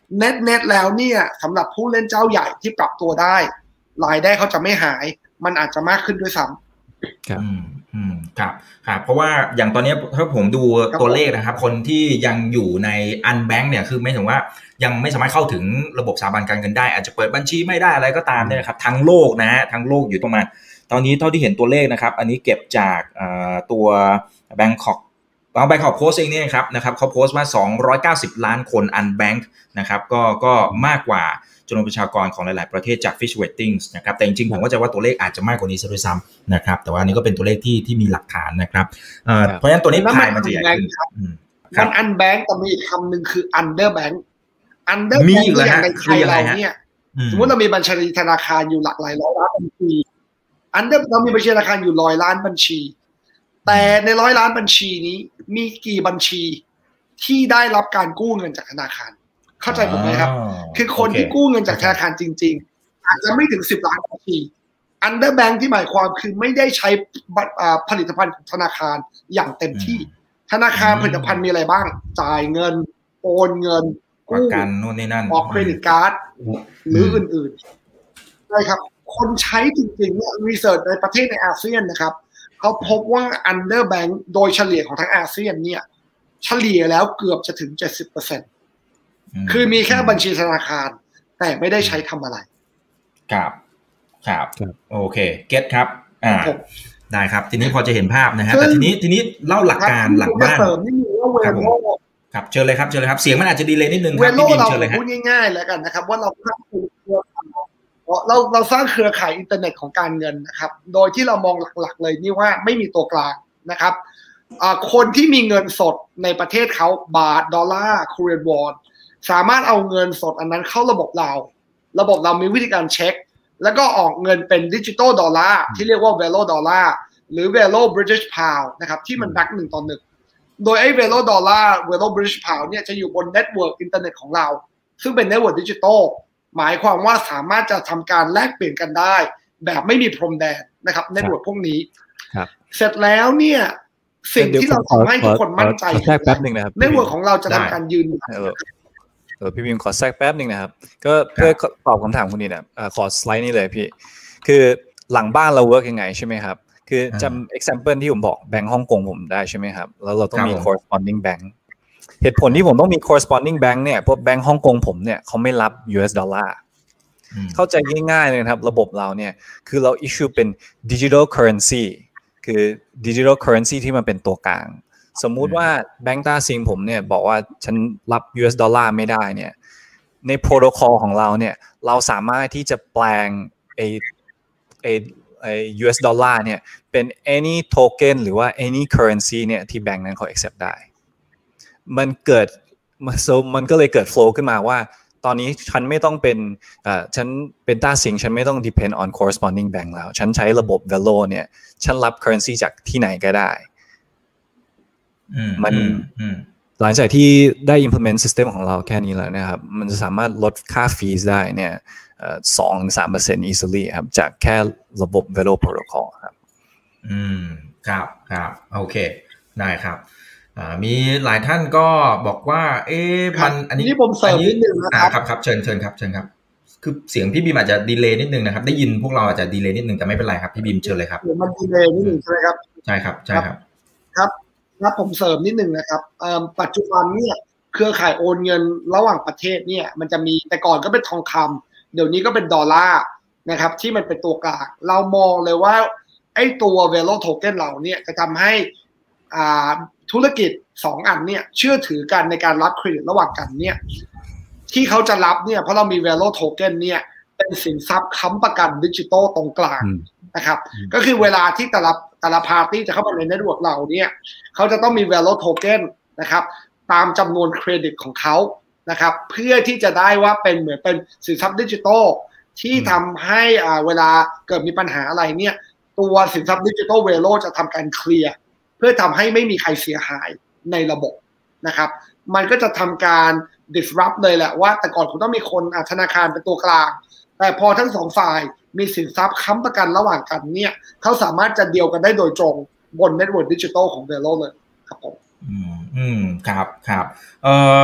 เน็ตเน็ตแล้วเนี่ยสำหรับผู้เล่นเจ้าใหญ่ที่ปรับตัวได้รายได้เขาจะไม่หายมันอาจจะมากขึ้นด้วยซ้ำครับอืมอืมครับครับเพราะว่าอย่างตอนนี้ถ้าผมดูตัวเลขนะครับคนที่ยังอยู่ในอันแบงค์เนี่ยคือไม่ถึงว่ายังไม่สามารถเข้าถึงระบบสถาบันการเงินได้อาจจะเปิดบัญชีไม่ได้อะไรก็ตามเนี่ยนะครับทั้งโลกนะฮะทั้งโลกอยู่ประมาณตอนนี้เท่าที่เห็นตัวเลขนะครับอันนี้เก็บจากตัว Bangkok เอา Bangkok Post เองเนี่ยครับนะครับเขาโพสต์ว่าสองร้อยเก้าสิบล้านคนอันแบงค์นะครับก็ก็มากกว่าจำนวนประชากรของหลายๆประเทศจาก Fitch Ratings นะครับแต่จริงๆผมก็จะว่าตัวเลขอาจจะมากกว่านี้ซะด้วยซ้ำนะครับแต่ว่านี่ก็เป็นตัวเลขที่ที่มีหลักฐานนะครับเพราะฉะนั้นตัวนี้พายมันจะใหญ่ขึ้นมันอันแบงค์แต่มีอีกคำหนึ่งคือ under bank under bank อย่างในไทยเราเนี่ยสมมติเรามีบัญชีธนาคารอยู่หลักหลายร้อยล้านบัญชี under เรามีบัญชีธนาคารอยู่ร้อยล้านบัญชีแต่ในร้อยล้านบัญชีนี้มีกี่บัญชีที่ได้รับการกู้เงินจากธนาคารเข้าใจผมไหมครับคือคนที่กู้เงินจากธนาคารจริงๆอาจจะไม่ถึงสิบล้านบัญชี under bank ที่หมายความคือไม่ได้ใช้ผลิตภัณฑ์ของธนาคารอย่างเต็มที่ธนาคารผลิตภัณฑ์มีอะไรบ้างจ่ายเงินโอนเงินกู้กันโน่นนี่นั่นออกเครดิตการ์ดหรืออื่นๆใช่ครับคนใช้จริงๆเนี่ยรีเสิร์ชในประเทศในอาเซียนนะครับเขาพบว่า under bank โดยเฉลี่ยของทั้งอาเซียนเนี่ยเฉลี่ยแล้วเกือบจะถึง เจ็ดสิบเปอร์เซ็นต์ คือมีแค่บัญชีธนาคารแต่ไม่ได้ใช้ทำอะไรครับครับโอเคเก็ตครับอ่าได้ครับทีนี้พอจะเห็นภาพนะฮะแต่ทีนี้ทีนี้เล่าหลักการหลังบ้านครับผมครับเชิญเลยครับเชิญเลยครับเสียงมันอาจจะดีเลย์นิดนึงครับพี่บิมเชิญเลยครับพูดง่ายๆแล้วกันนะครับว่าเราสร้างเครือข่ายเราเราสร้างเครือข่ายอินเทอร์เน็ตของการเงินนะครับโดยที่เรามองหลักๆเลยนี่ว่าไม่มีตัวกลางนะครับคนที่มีเงินสดในประเทศเขาบาทดอลลาร์โคเรียนวอนสามารถเอาเงินสดอันนั้นเข้าระบบเราระบบเรามีวิธีการเช็คแล้วก็ออกเงินเป็นดิจิตอลดอลลาร์ที่เรียกว่า Velo ดอลลาร์หรือ Velo British Pound นะครับที่มันแบ็กหนึ่งต่อหนึ่งโดยไอ้ Velo ดอลลาร์ Velo British Pound เนี่ยจะอยู่บนเน็ตเวิร์กอินเทอร์เน็ตของเราซึ่งเป็นเน็ตเวิร์กดิจิตอลหมายความว่าสามารถจะทำการแลกเปลี่ยนกันได้แบบไม่มีพรมแดนนะครับเน็ตเวิร์กพวกนี้เสร็จแล้วเนี่ยสิ่งที่เราทำให้ทุกคนมั่นใจแทรกแป๊บนึงนะครับเน็ตเวิร์กของเราจะทำการยืนเออพี่บิมขอแทรกแป๊บนึงนะครับก็เพื่อตอบคำถามคุณนี่นะขอสไลด์นี้เลยพี่คือหลังบ้านเราเวิร์กยังไงใช่ไหมครับคือจำ example ที่ผมบอกแบงก์ฮ่องกงผมได้ใช่ไหมครับแล้วเราต้องมี corresponding bank เหตุผลที่ผมต้องมี corresponding bank เนี่ยเพราะแบงก์ฮ่องกงผมเนี่ยเขาไม่รับ ยู เอส ดอลลาร์เข้าใจง่ายๆเลยครับระบบเราเนี่ยคือเรา issue เป็น digital currency คือ digital currency ที่มันเป็นตัวกลางสมมุติว่าแบงก์ต้าซิงผมเนี่ยบอกว่าฉันรับ ยู เอส ดอลลาร์ไม่ได้เนี่ยในโปรโตคอลของเราเนี่ยเราสามารถที่จะแปลงไอไอไอ ยู เอส ดอลลาร์เนี่ยเป็น any token หรือว่า any currency เนี่ยที่แบงก์นั้นเขา accept ได้มันเกิดมันก็เลยเกิด flow ขึ้นมาว่าตอนนี้ฉันไม่ต้องเป็นอ่าฉันเป็นต้าซิงฉันไม่ต้อง depend on corresponding bank แล้วฉันใช้ระบบ Velo เนี่ยฉันรับ currency จากที่ไหนก็ได้มันหลังจากที่ได้ implement system ของเราแค่นี้แล้วนะครับมันจะสามารถลดค่า fees ได้เนี่ยเอ่อ สองถึงสามเปอร์เซ็นต์ easily ครับจากแค่ระบบ Velo protocol ครับอืมครับครับโอเคได้ครับอ่ามีหลายท่านก็บอกว่าเอ๊ะมันอันนี้ผมเสริมนิดนึงนะครับครับครับเชิญเชิญครับเชิญครับคือเสียงพี่บีมอาจจะดีเลย์นิดนึงนะครับได้ยินพวกเราอาจจะดีเลย์นิดนึงแต่ไม่เป็นไรครับพี่บีมเชิญเลยครับมันดีเลย์นิดนึงใช่ไหมครับใช่ครับใช่ครับครับครับผมเสริมนิดนึงนะครับปัจจุบันเนี่ยเครือข่ายโอนเงินระหว่างประเทศเนี่ยมันจะมีแต่ก่อนก็เป็นทองคำเดี๋ยวนี้ก็เป็นดอลลาร์นะครับที่มันเป็นตัวกลางเรามองเลยว่าไอ้ตัว Velo Token เราเนี่ยจะทำให้อ่าธุรกิจสองอันเนี่ยเชื่อถือกันในการรับเครดิตระหว่างกันเนี่ยที่เขาจะรับเนี่ยเพราะเรามี Velo Token เนี่ยเป็นสินทรัพย์ค้ำประกันดิจิตอลตรงกลางนะครับก็คือเวลาที่แต่ละแต่ละพาร์ตี้จะเข้ามาในเน็ตเวิร์กเราเนี่ยเขาจะต้องมี Velo Token นะครับตามจำนวนเครดิตของเขานะครับเพื่อที่จะได้ว่าเป็นเหมือนเป็นสินทรัพย์ดิจิตอลที่ทำให้อ่าเวลาเกิดมีปัญหาอะไรเนี่ยตัวสินทรัพย์ดิจิตอล Velo จะทำการเคลียร์เพื่อทำให้ไม่มีใครเสียหายในระบบนะครับมันก็จะทำการ disrupt เลยแหละว่าแต่ก่อนคุณต้องมีคนธนาคารเป็นตัวกลางแต่พอทั้งสองฝ่ายมีสินทรัพย์ค้ำประกันระหว่างกันเนี่ยเขาสามารถจะเดียวกันได้โดยตรงบนเน็ตเวิร์กดิจิตอลของ Velo เลยครับผมอืมอืมครับครับเอ่อที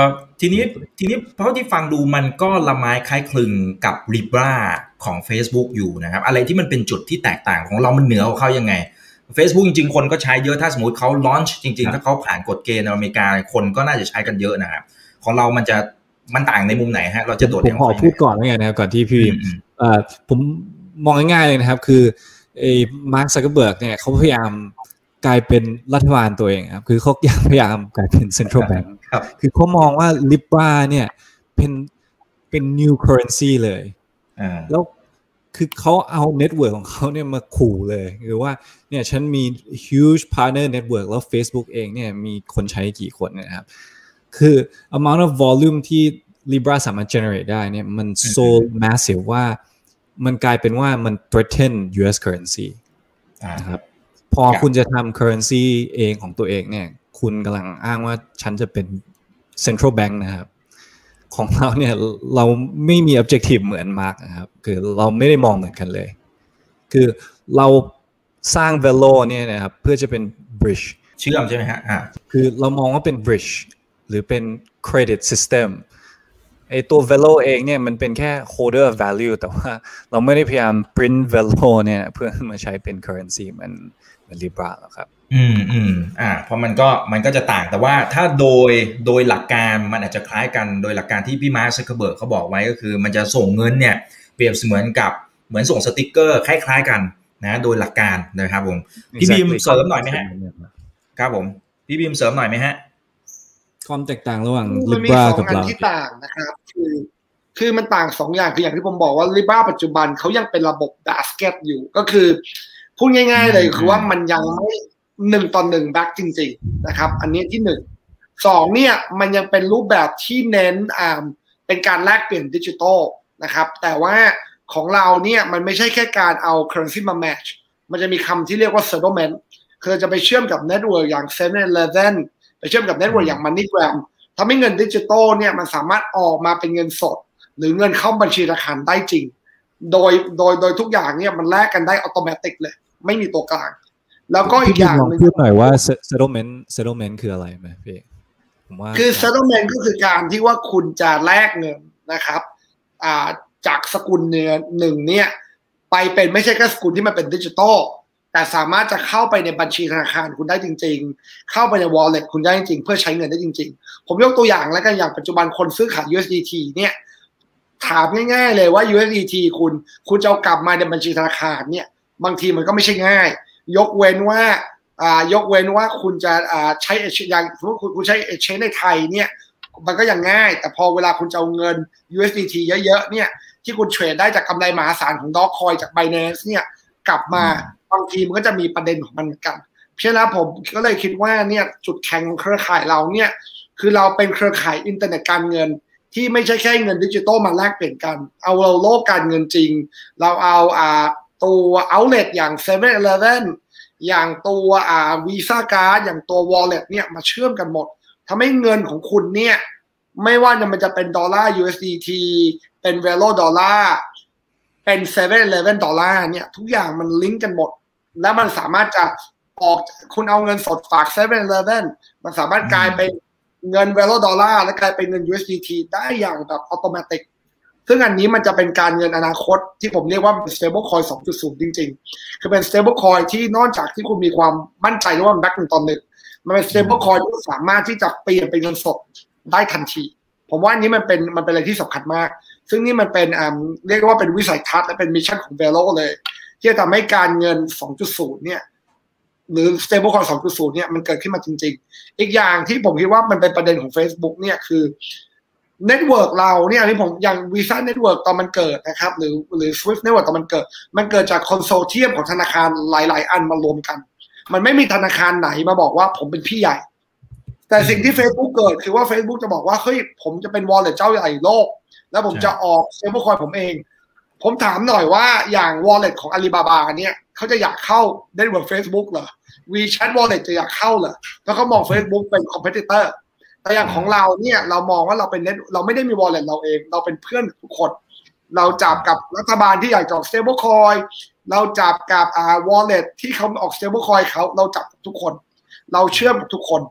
ทีนี้ทีนี้เพราะที่ฟังดูมันก็ละไม้คล้ายคลึงกับ Libra ของ Facebook อยู่นะครับอะไรที่มันเป็นจุดที่แตกต่างของเรามันเหนือกว่าเขายังไง Facebook จริงๆคนก็ใช้เยอะถ้าสมมุติเขา launch จริงๆถ้าเขาผ่านกฎเกณฑ์ในอเมริกาคนก็น่าจะใช้กันเยอะนะครับของเรามันจะมันต่างในมุมไหนฮะเราจะโดดเด่นผมขอพูดก่อนแล้วกันนะครับก่อนที่พี่เอ่อผมมองง่ายๆเลยนะครับคือไอ้มาร์ค ซักเคอร์เบิร์กเนี่ยเขาพยายามกลายเป็นรัฐบาลตัวเองครับคือเขาอยากพยายามกลายเป็น central bank คือเขามองว่า Libra เนี่ยเป็นเป็น new currency เลยแล้วคือเขาเอาเน็ตเวิร์กของเขาเนี่ยมาขู่เลยคือว่าเนี่ยฉันมี huge partner network แล้ว Facebook เองเนี่ยมีคนใช้กี่คนนะครับคือ amount of volume ที่ Libra สามารถ generate ได้เนี่ยมัน so massive ว่ามันกลายเป็นว่ามัน threaten ยู เอส currency นะครับพอคุณจะทำ currency เองของตัวเองเนี่ยคุณกำลังอ้างว่าฉันจะเป็น central bank นะครับของเราเนี่ยเราไม่มี objective เหมือนมาร์กนะครับคือเราไม่ได้มองเหมือนกันเลยคือเราสร้าง Velo เนี่ยนะครับเพื่อจะเป็น bridge เชื่อมใช่ไหมฮะอ่าคือเรามองว่าเป็น bridge หรือเป็น credit system ไอตัว Velo เองเนี่ยมันเป็นแค่ holder of value แต่ว่าเราไม่ได้พยายาม print Velo เนี่ยเพื่อมาใช้เป็น currency มันเหมือน Libra หรอกครับอืมอืมอ่าเพราะมันก็มันก็จะต่างแต่ว่าถ้าโดยโดยหลักการมันอาจจะคล้ายกันโดยหลักการที่พี่มาร์ค ซักเคอร์เบิร์กเขาบอกไว้ก็คือมันจะส่งเงินเนี่ยเปรียบเสมือนกับเหมือนส่งสติกเกอร์คล้ายๆกันนะโดยหลักการนะครับผมพี่บีมเสริมหน่อยไหมฮะครับผมพี่บีมเสริมหน่อยไหมฮะความแตกต่างระหว่าง Libra กับเราที่ต่างนะครับคือคือมันต่างสองอย่างคืออย่างที่ผมบอกว่า Libra ปัจจุบันเขายังเป็นระบบ basket อยู่ก็คือพูดง่ายๆเลยคือว่ามันยังไม่หนึ่งต่อหนึ่งแบ็คจริงๆนะครับอันนี้ที่หนึ่งสองเนี่ยมันยังเป็นรูปแบบที่เน้นอ่าเป็นการแลกเปลี่ยนดิจิทัลนะครับแต่ว่าของเราเนี่ยมันไม่ใช่แค่การเอา currency มา match มันจะมีคำที่เรียกว่า settlement คือจะไปเชื่อมกับ network อย่าง เซเว่น Eleven ไปเชื่อมกับ network อย่าง MoneyGram ทำให้เงินดิจิทัลเนี่ยมันสามารถออกมาเป็นเงินสดหรือเงินเข้าบัญชีธนาคารได้จริงโดยโดยโดยทุกอย่างเนี่ยมันแลกกันได้อัตโนมัติเลยไม่มีตัวกลางแล้วก็อีกอย่างนึงพูดหน่อยว่า settlement settlement คืออะไรไหมพี่ผมว่าคือ settlement ก็คือการที่ว่าคุณจะแลกเงินนะครับอ่าจากสกุลเนื้อหนึ่งเนี่ยไปเป็นไม่ใช่แค่สกุลที่มันเป็นดิจิตอลแต่สามารถจะเข้าไปในบัญชีธนาคารคุณได้จริงๆเข้าไปใน wallet คุณได้จริงๆเพื่อใช้เงินได้จริงๆผมยกตัวอย่างแล้วกันอย่างปัจจุบันคนซื้อขาย ยู เอส ดี ที เนี่ยถามง่ายๆเลยว่า ยู เอส ดี ที คุณคุณจะเอากลับมาในบัญชีธนาคารเนี่ยบางทีมันก็ไม่ใช่ง่ายยกเว้นว่าอ่ายกเว้นว่าคุณจะอ่าใช้อย่างสมมติคุณคุณใช้ใช้ในไทยเนี่ยมันก็ยังง่ายแต่พอเวลาคุณจะเอาเงิน ยู เอส ดี ที เยอะๆเนี่ยที่คุณเทรดได้จากกำไรมหาศาลของ Dogecoin จาก Binance เนี่ยกลับมาบางทีมันก็จะมีประเด็นของมันเหมือนกันเพราะฉะนั้นผมก็เลยคิดว่าเนี่ยจุดแข็งของเครือข่ายเราเนี่ยคือเราเป็นเครือข่ายอินเทอร์เน็ตการเงินที่ไม่ใช่แค่เงินดิจิตอลมาแลกเปลี่ยนกันเอาเราโลกการเงินจริงเราเอาอ่าตัว outlet อย่าง เซเว่น Eleven อย่างตัวอ่า Visa Card อย่างตัว wallet เนี่ยมาเชื่อมกันหมดทำให้เงินของคุณเนี่ยไม่ว่ามันจะเป็นดอลลาร์ ยู เอส ดี ที เป็น Velo ดอลลาร์เป็น เซเว่น Eleven ดอลลาร์เนี่ยทุกอย่างมันลิงก์กันหมดและมันสามารถจะออกคุณเอาเงินสดฝาก เซเว่น Eleven มันสามารถกลายเป็นเงิน Velo ดอลลาร์และกลายเป็นเงิน ยู เอส ดี ที ได้อย่างแบบอัตโนมัติซึ่งอันนี้มันจะเป็นการเงินอนาคตที่ผมเรียกว่าเป็น stable coin สองจุดศูนย์ จริงๆคือเป็น stable coin ที่นอกจากที่คุณมีความมั่นใจว่ามันแบ็คหนึ่งต่อหนึ่งมันเป็น stable coin ที่สามารถที่จะเปลี่ยนเป็นเงินสดได้ทันทีผมว่าอันนี้มันเป็นมันเป็นอะไรที่สำคัญมากซึ่งนี่มันเป็นอ่าเรียกว่าเป็นวิสัยทัศน์และเป็นมิชชั่นของ Velo เลยที่จะทำให้การเงิน สองจุดศูนย์ เนี่ยหรือ stable coin สองจุดศูนย์ เนี่ยมันเกิดขึ้นมาจริงๆอีกอย่างที่ผมคิดว่ามันเป็นประเด็นของ Facebook เนี่ยคือเน็ตเวิร์กเราเนี่ยที่ผมอย่าง Visa Network ตอนมันเกิดนะครับหรือหรือ Swift Network ตอนมันเกิดมันเกิดจากคอนโซเทียมของธนาคารหลายๆอันมารวมกันมันไม่มีธนาคารไหนมาบอกว่าผมเป็นพี่ใหญ่แต่สิ่งที่ Facebook เกิดคือว่า Facebook จะบอกว่าเฮ้ยผมจะเป็น wallet เจ้าใหญ่โลกแล้วผมจะออก stablecoin ผมเองผมถามหน่อยว่าอย่าง wallet ของ Alibaba เนี่ยเขาจะอยากเข้า network Facebook เหรอ WeChat wallet จะอยากเข้าเหรอแล้วเขามอง Facebook เป็น competitorแต่อย่างของเราเนี่ยเรามองว่าเราเป็นเน็ตเราไม่ได้มี wallet เราเองเราเป็นเพื่อนทุกคนเราจับกับรัฐบาลที่อยากจะออก stable coin เราจับกับอ่า wallet ที่เขาออก stable coin เขาเราจับทุกคนเราเชื่อมทุกคน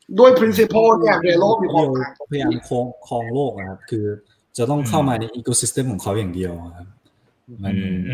ด้วย principle เนี่ยเวโลมีความต่างพยายามครองครองโลกนะครับคือจะต้องเข้ามาใน ecosystem ของเขาอย่างเดียวครับมัน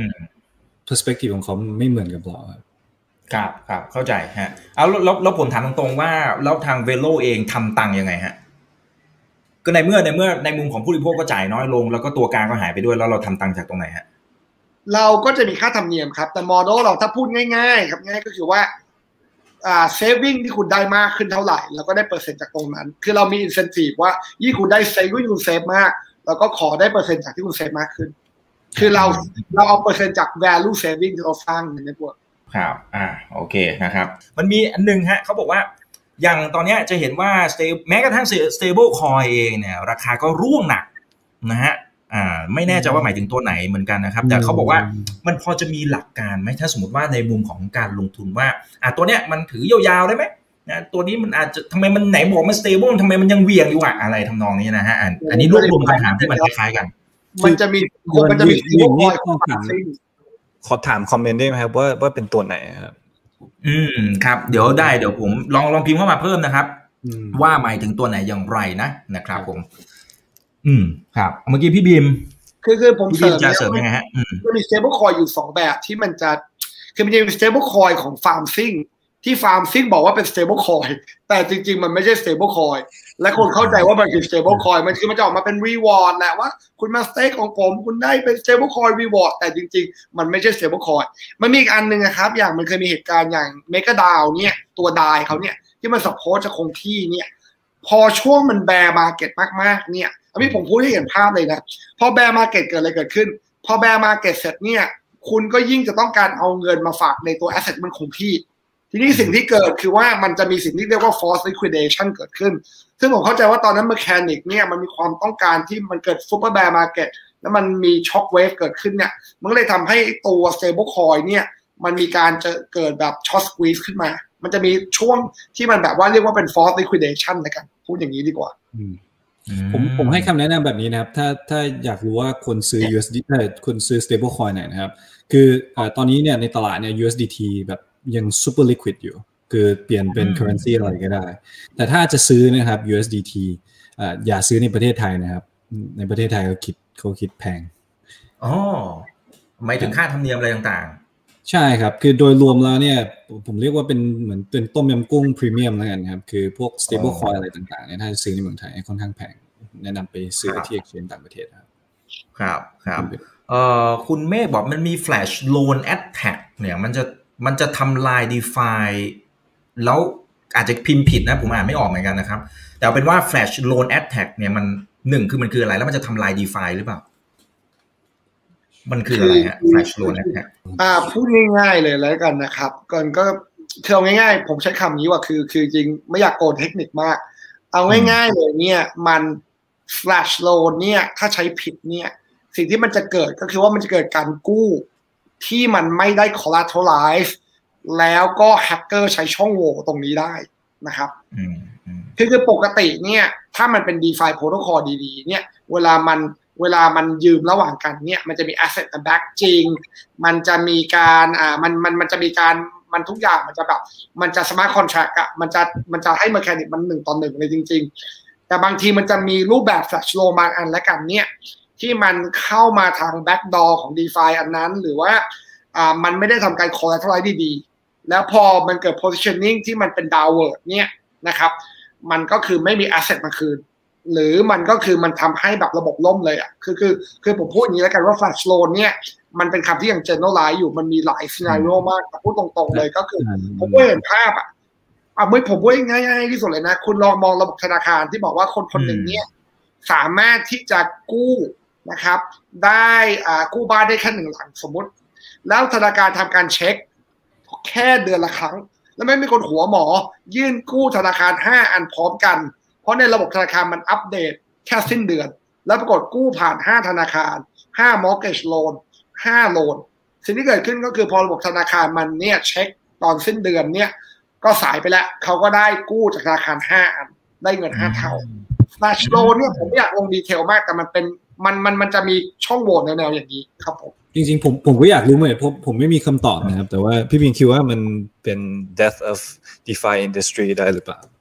perspective ของเขาไม่เหมือนกับเราครับครับครับเข้าใจฮะเอาแล้วแล้วผมถามตรงๆว่าแล้วทางเวโลเองทำตังยังไงฮะก็ในเมื่อในเมื่อในมุมของผู้บริโภคก็จ่ายน้อยลงแล้วก็ตัวกลางก็หายไปด้วยแล้วเราทำตังจากตรงไหนฮะเราก็จะมีค่าธรรมเนียมครับแต่โมเดลเราถ้าพูดง่ายๆครับง่ายก็คือว่าอ่า saving ที่คุณได้มากขึ้นเท่าไหร่แล้วก็ได้เปอร์เซ็นต์จากตรงนั้นคือเรามี incentive ว่ายิ่งคุณได้ saving คุณเซฟมากแล้วก็ขอได้เปอร์เซ็นต์จากที่คุณเซฟมากขึ้นคือเราเราเอาเปอร์เซ็นต์จาก value saving ที่เราสร้างในพวกครับอ่าโอเคนะครับมันมีอันนึงฮะเขาบอกว่าอย่างตอนนี้จะเห็นว่าแม้กระทั่ง stable coin เองเนี่ยราคาก็ร่วงหนักนะฮะอ่าไม่แน่ใจว่าหมายถึงตัวไหนเหมือนกันนะครับแต่เขาบอกว่ามันพอจะมีหลักการไหมถ้าสมมติว่าในมุมของการลงทุนว่าอ่าตัวเนี้ยมันถือยาวๆได้ไหมนะตัวนี้มันอาจจะทำไมมันไหนบอกมัน stable ทำไมมันยังเวียงอยู่อะอะไรทำนองนี้นะฮะอันนี้รวบรวมคำถามที่มันคล้ายๆกันมันจะมีมันจะมี stable coin ขอถามคอมเมนต์ได้ไหมครับว่าว่าเป็นตัวไหนครับอืมครับเดี๋ยวได้เดี๋ยวผมลองลองพิมพ์เข้ามาเพิ่มนะครับว่าหมายถึงตัวไหนอย่างไรนะนะครับผมอืมครับเมื่อกี้พี่บีมคือคือผมเสริมจะเสริมยังไงฮะมันมี stable coin อยู่สองแบบที่มันจะคือมันจะมี stable coin ของ farming ที่ farming บอกว่าเป็น stable coin แต่จริงๆมันไม่ใช่ stable coin และคนเข้าใจว่ามันคือ stable coin มันคือมันจะออกมาเป็น reward แหละว่าคุณมา stake ของผมคุณได้เป็น stable coin reward แต่จริงๆมันไม่ใช่ stable coin มันมีอีกอันนึงนะครับอย่างมันเคยมีเหตุการณ์อย่าง MakerDAO เนี่ยตัวดายเขาเนี่ยที่มัน support จะคงที่เนี่ยพอช่วงมัน bear market มากๆเนี่ยอันนี้ผมพูดให้เห็นภาพเลยนะพอ bear market เกิดอะไรเกิดขึ้นพอ bear market เสร็จเนี่ยคุณก็ยิ่งจะต้องการเอาเงินมาฝากในตัว asset มันคงที่ทีนี้สิ่งที่เกิดคือว่ามันจะมีสิ่งที่เรียกว่า forced liquidation เกิดขึ้นซึ่งผมเข้าใจว่าตอนนั้น mechanic เนี่ยมันมีความต้องการที่มันเกิด super bear market แล้วมันมี shock wave เกิดขึ้นเนี่ยมันก็เลยทำให้ตัว stable coin เนี่ยมันมีการจะเกิดแบบ short squeeze ขึ้นมามันจะมีช่วงที่มันแบบว่าเรียกว่าเป็น forced liquidation นะกันพูดอย่างนี้ดีกว่าผมผมให้คำแนะนำแบบนี้นะครับถ้าถ้าอยากรู้ว่าคนซื้อ ยู เอส ดี เอ่อคนซื้อ stable coin ไหนนะครับคืออ่าตอนนี้เนี่ยในตลาดเนี่ย ยู เอส ดี ที แบบยัง super liquid อยู่คือเปลี่ยนเป็น currency อะไรก็ได้แต่ถ้าจะซื้อนะครับ ยู เอส ดี ที อ่าอย่าซื้อในประเทศไทยนะครับในประเทศไทยเขาคิดเขาคิดแพงอ๋อหมายถึงค่าธรรมเนียมอะไรต่างๆใช่ครับคือโดยรวมแล้วเนี่ยผมเรียกว่าเป็นเหมือนเป็นต้มยำกุ้งพรีเมียมแล้วกันครับคือพวก stable coin อะไรต่างๆเนี่ยถ้าจะซื้อในเมืองไทยค่อนข้างแพงแนะนำไปซื้อที่ exchange ต่างประเทศครับครับครับเอ่อคุณเมฆบอกมันมี flash loan attack เนี่ยมันจะมันจะทำลาย DeFi แล้วอาจจะพิมพ์ผิดนะผมอ่านไม่ออกเหมือนกันนะครับแต่เอาเป็นว่า flash loan attack เนี่ยมันหนึ่งคือมันคืออะไรแล้วมันจะทำลาย DeFi หรือเปล่ามันคืออะไรฮะ flash loan attack อ่าพูดง่ายๆเลยแล้วกันนะครับก่อนก็คือเอาง่ายๆผมใช้คำนี้ว่าคือคือจริงไม่อยากโกนเทคนิคมากเอาง่ายๆเลยเนี่ยมัน flash loan เนี่ยถ้าใช้ผิดเนี่ยสิ่งที่มันจะเกิดก็คือว่ามันจะเกิดการกู้ที่มันไม่ได้ collateralize แล้วก็แฮกเกอร์ใช้ช่องโหว่ตรงนี้ได้นะครับคือคือปกติเนี่ยถ้ามันเป็น DeFi protocol ดีๆเนี่ยเวลามันเวลามันยืมระหว่างกันเนี่ยมันจะมี asset back จริงมันจะมีการอ่ามันมันมันจะมีการมันทุกอย่างมันจะแบบมันจะ smart contract อ่ะมันจะมันจะให้ mechanic มันหนึ่งต่อหนึ่งเลยจริงๆแต่บางทีมันจะมีรูปแบบ flash loan บางอันและกันเนี่ยที่มันเข้ามาทาง backdoor ของ DeFi อันนั้นหรือว่าอ่ามันไม่ได้ทำการ collateralize ดีๆแล้วพอมันเกิด positioning ที่มันเป็น downward เนี่ยนะครับมันก็คือไม่มี asset มาคืนหรือมันก็คือมันทำให้แบบระบบล่มเลยอ่ะคือคือคือผมพูดอย่างนี้แล้วกันว่า flash loan เนี่ยมันเป็นคำที่ยัง generalize อยู่มันมีหลาย scenario มากแต่พูดตรงๆเลยก็คือผมก็เห็นภาพอ่ะอ่ะไม่ผมว่าง่ายๆที่สุดเลยนะคุณลองมองระบบธนาคารที่บอกว่าคนคนหนึ่งเนี่ยสามารถที่จะกู้นะครับได้อ่ากู้บ้านได้แค่หนึ่งหลังสมมติแล้วธนาคารทำการเช็คแค่เดือนละครั้งแล้วไม่มีคนหัวหมอยื่นกู้ธนาคารห้าอันพร้อมกันเพราะในระบบธนาคารมันอัปเดตแค่สิ้นเดือนแล้วปรากฏกู้ผ่านห้าธนาคารห้า mortgage loan ห้าโลนสิ่งที่เกิดขึ้นก็คือพอระบบธนาคารมันเนี่ยเช็คตอนสิ้นเดือนเนี่ยก็สายไปแล้วเขาก็ได้กู้จากธนาคารห้าอันได้เงินห้าเท่า flash loan เนี่ยผมไม่อยากลงดีเทลมากแต่มันเป็นมันมันมันจะมีช่องโหว่แนวๆอย่างนี้ครับผมจริงๆผมผมก็อยากรู้เหมือนผมผมไม่มีคำตอบนะครับแต่ว่าพี่บิงคิดว่ามันเป็น death of DeFi industry ได้หรือเปล่า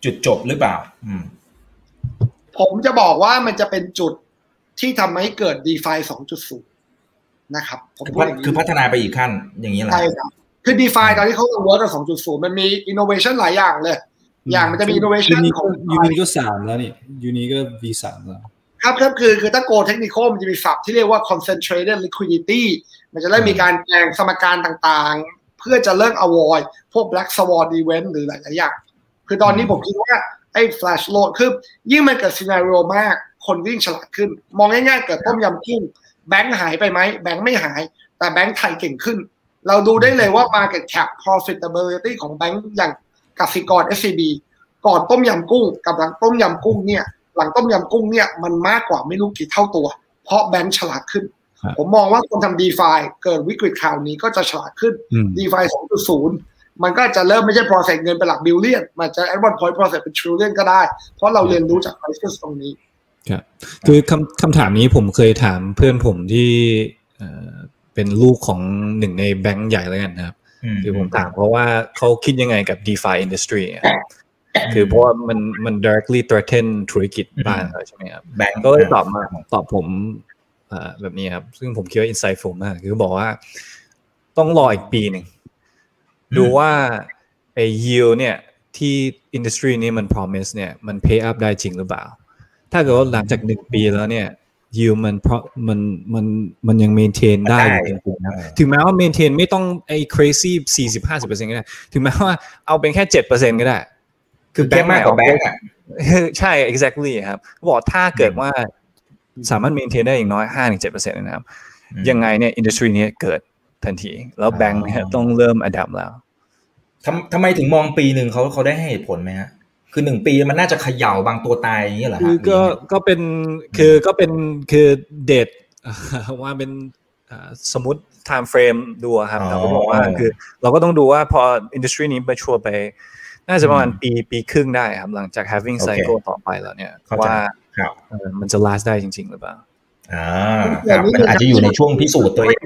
จุดจบหรือเปล่าอืมผมจะบอกว่ามันจะเป็นจุดที่ทำให้เกิด DeFi สองจุดศูนย์ นะครับผมพูดอย่างนี้คือพัฒนาไปอีกขั้นอย่างนี้แหละใช่ครับคือ DeFi ตอนที่เขาเวิร์คกับ สองจุดศูนย์ มันมี innovation หลายอย่างเลยอย่างมันจะมี innovation ของยูนีก็สามแล้วนี่ยูนีก็ วี สาม แล้วครับครับคือคือถ้า Go Technical มันจะมีศัพท์ที่เรียกว่า concentrated liquidity มันจะเริ่มมีการแปลงสมการต่างๆเพื่อจะเลิก avoid พวก black swan event หรือหลายๆอย่างคือตอนนี้ผมคิดว่าไอ้ flash loan คือยิ่งมันเกิด scenario มากคนยิ่งฉลาดขึ้นมองง่ายๆเกิดต้มยำกุ้งแบงค์หายไปไหมแบงค์ไม่หายแต่แบงค์ไทยเก่งขึ้นเราดูได้เลยว่า market cap profitability ของแบงค์อย่างกสิกร เอส ซี บี ก่อนต้มยำกุ้งกับหลังต้มยำกุ้งเนี่ยหลังต้มยำกุ้งเนี่ยมันมากกว่าไม่รู้กี่เท่าตัวเพราะแบงค์ฉลาดขึ้นผมมองว่าคนทำ DeFi เกิดวิกฤตข่าวนี้ก็จะฉลาดขึ้น DeFi สองจุดศูนย์ มันก็จะเริ่มไม่ใช่ process เงินเป็นหลักบิลเลียนมันจะ at one point process เป็น trillion ก็ได้เพราะเราเรียนรู้จาก crisis ตรงนี้ครับคือคำคำถามนี้ผมเคยถามเพื่อนผมที่เป็นลูกของหนึ่งในแบงค์ใหญ่แล้วกันนะครับคือผมถามเพราะว่าเขาคิดยังไงกับ DeFi industry คือเพราะว่ามันมัน directly threaten ธุรกิจบ้านเขาใช่ไหมครับแบงก์ก็เลยตอบมาตอบผมแบบนี้ครับซึ่งผมคิดว่า insightful มากคือบอกว่าต้องรออีกปีหนึ่งดูว่าไอ้ yield เนี่ยที่ industry นี้มัน promise เนี่ยมัน pay up ได้จริงหรือเปล่าถ้าเกิดว่าหลังจากหนึ่งปีแล้วเนี่ย yield มันเพราะมันมันมันยัง maintain ได้จริงๆนะถึงแม้ว่า maintain ไม่ต้องไอ้ crazy สี่สิบ ห้าสิบเปอร์เซ็นต์ ก็ได้ถึงแม้ว่าเอาเป็นแค่ เจ็ดเปอร์เซ็นต์ ก็ได้คือแบงค์มากกว่าแบงค์อ่ะใช่ exactly ครับบอกถ้าเกิดว่าสามารถ maintain ได้อย่างน้อย ห้าถึงเจ็ดเปอร์เซ็นต์ นะครับยังไงเนี่ย industry นี้เกิดทันทีแล้วแบงค์เนี่ยต้องเริ่ม adapt แล้วทำทำไมถึงมองปีหนึ่งเขาเขาได้ให้เหตุผลไหมฮะคือหนึ่งปีมันน่าจะเขย่าบางตัวตายอย่างเงี้ยเหรอฮะคือก็ก็เป็นคือก็เป็นคือเดทว่าเป็นสมมุติ time frame ดูครับแต่ก็บอกว่าคือเราก็ต้องดูว่าพอ industry นี้ mature ไปน่าจะประมาณปีปีครึ่งได้ครับหลังจาก having cycle ต่อไปแล้วเนี่ยว่ามันจะ last ได้จริงๆหรือเปล่าอ่าครับมันอาจจะอยู่ในช่วงพิสูจน์ตัวเอง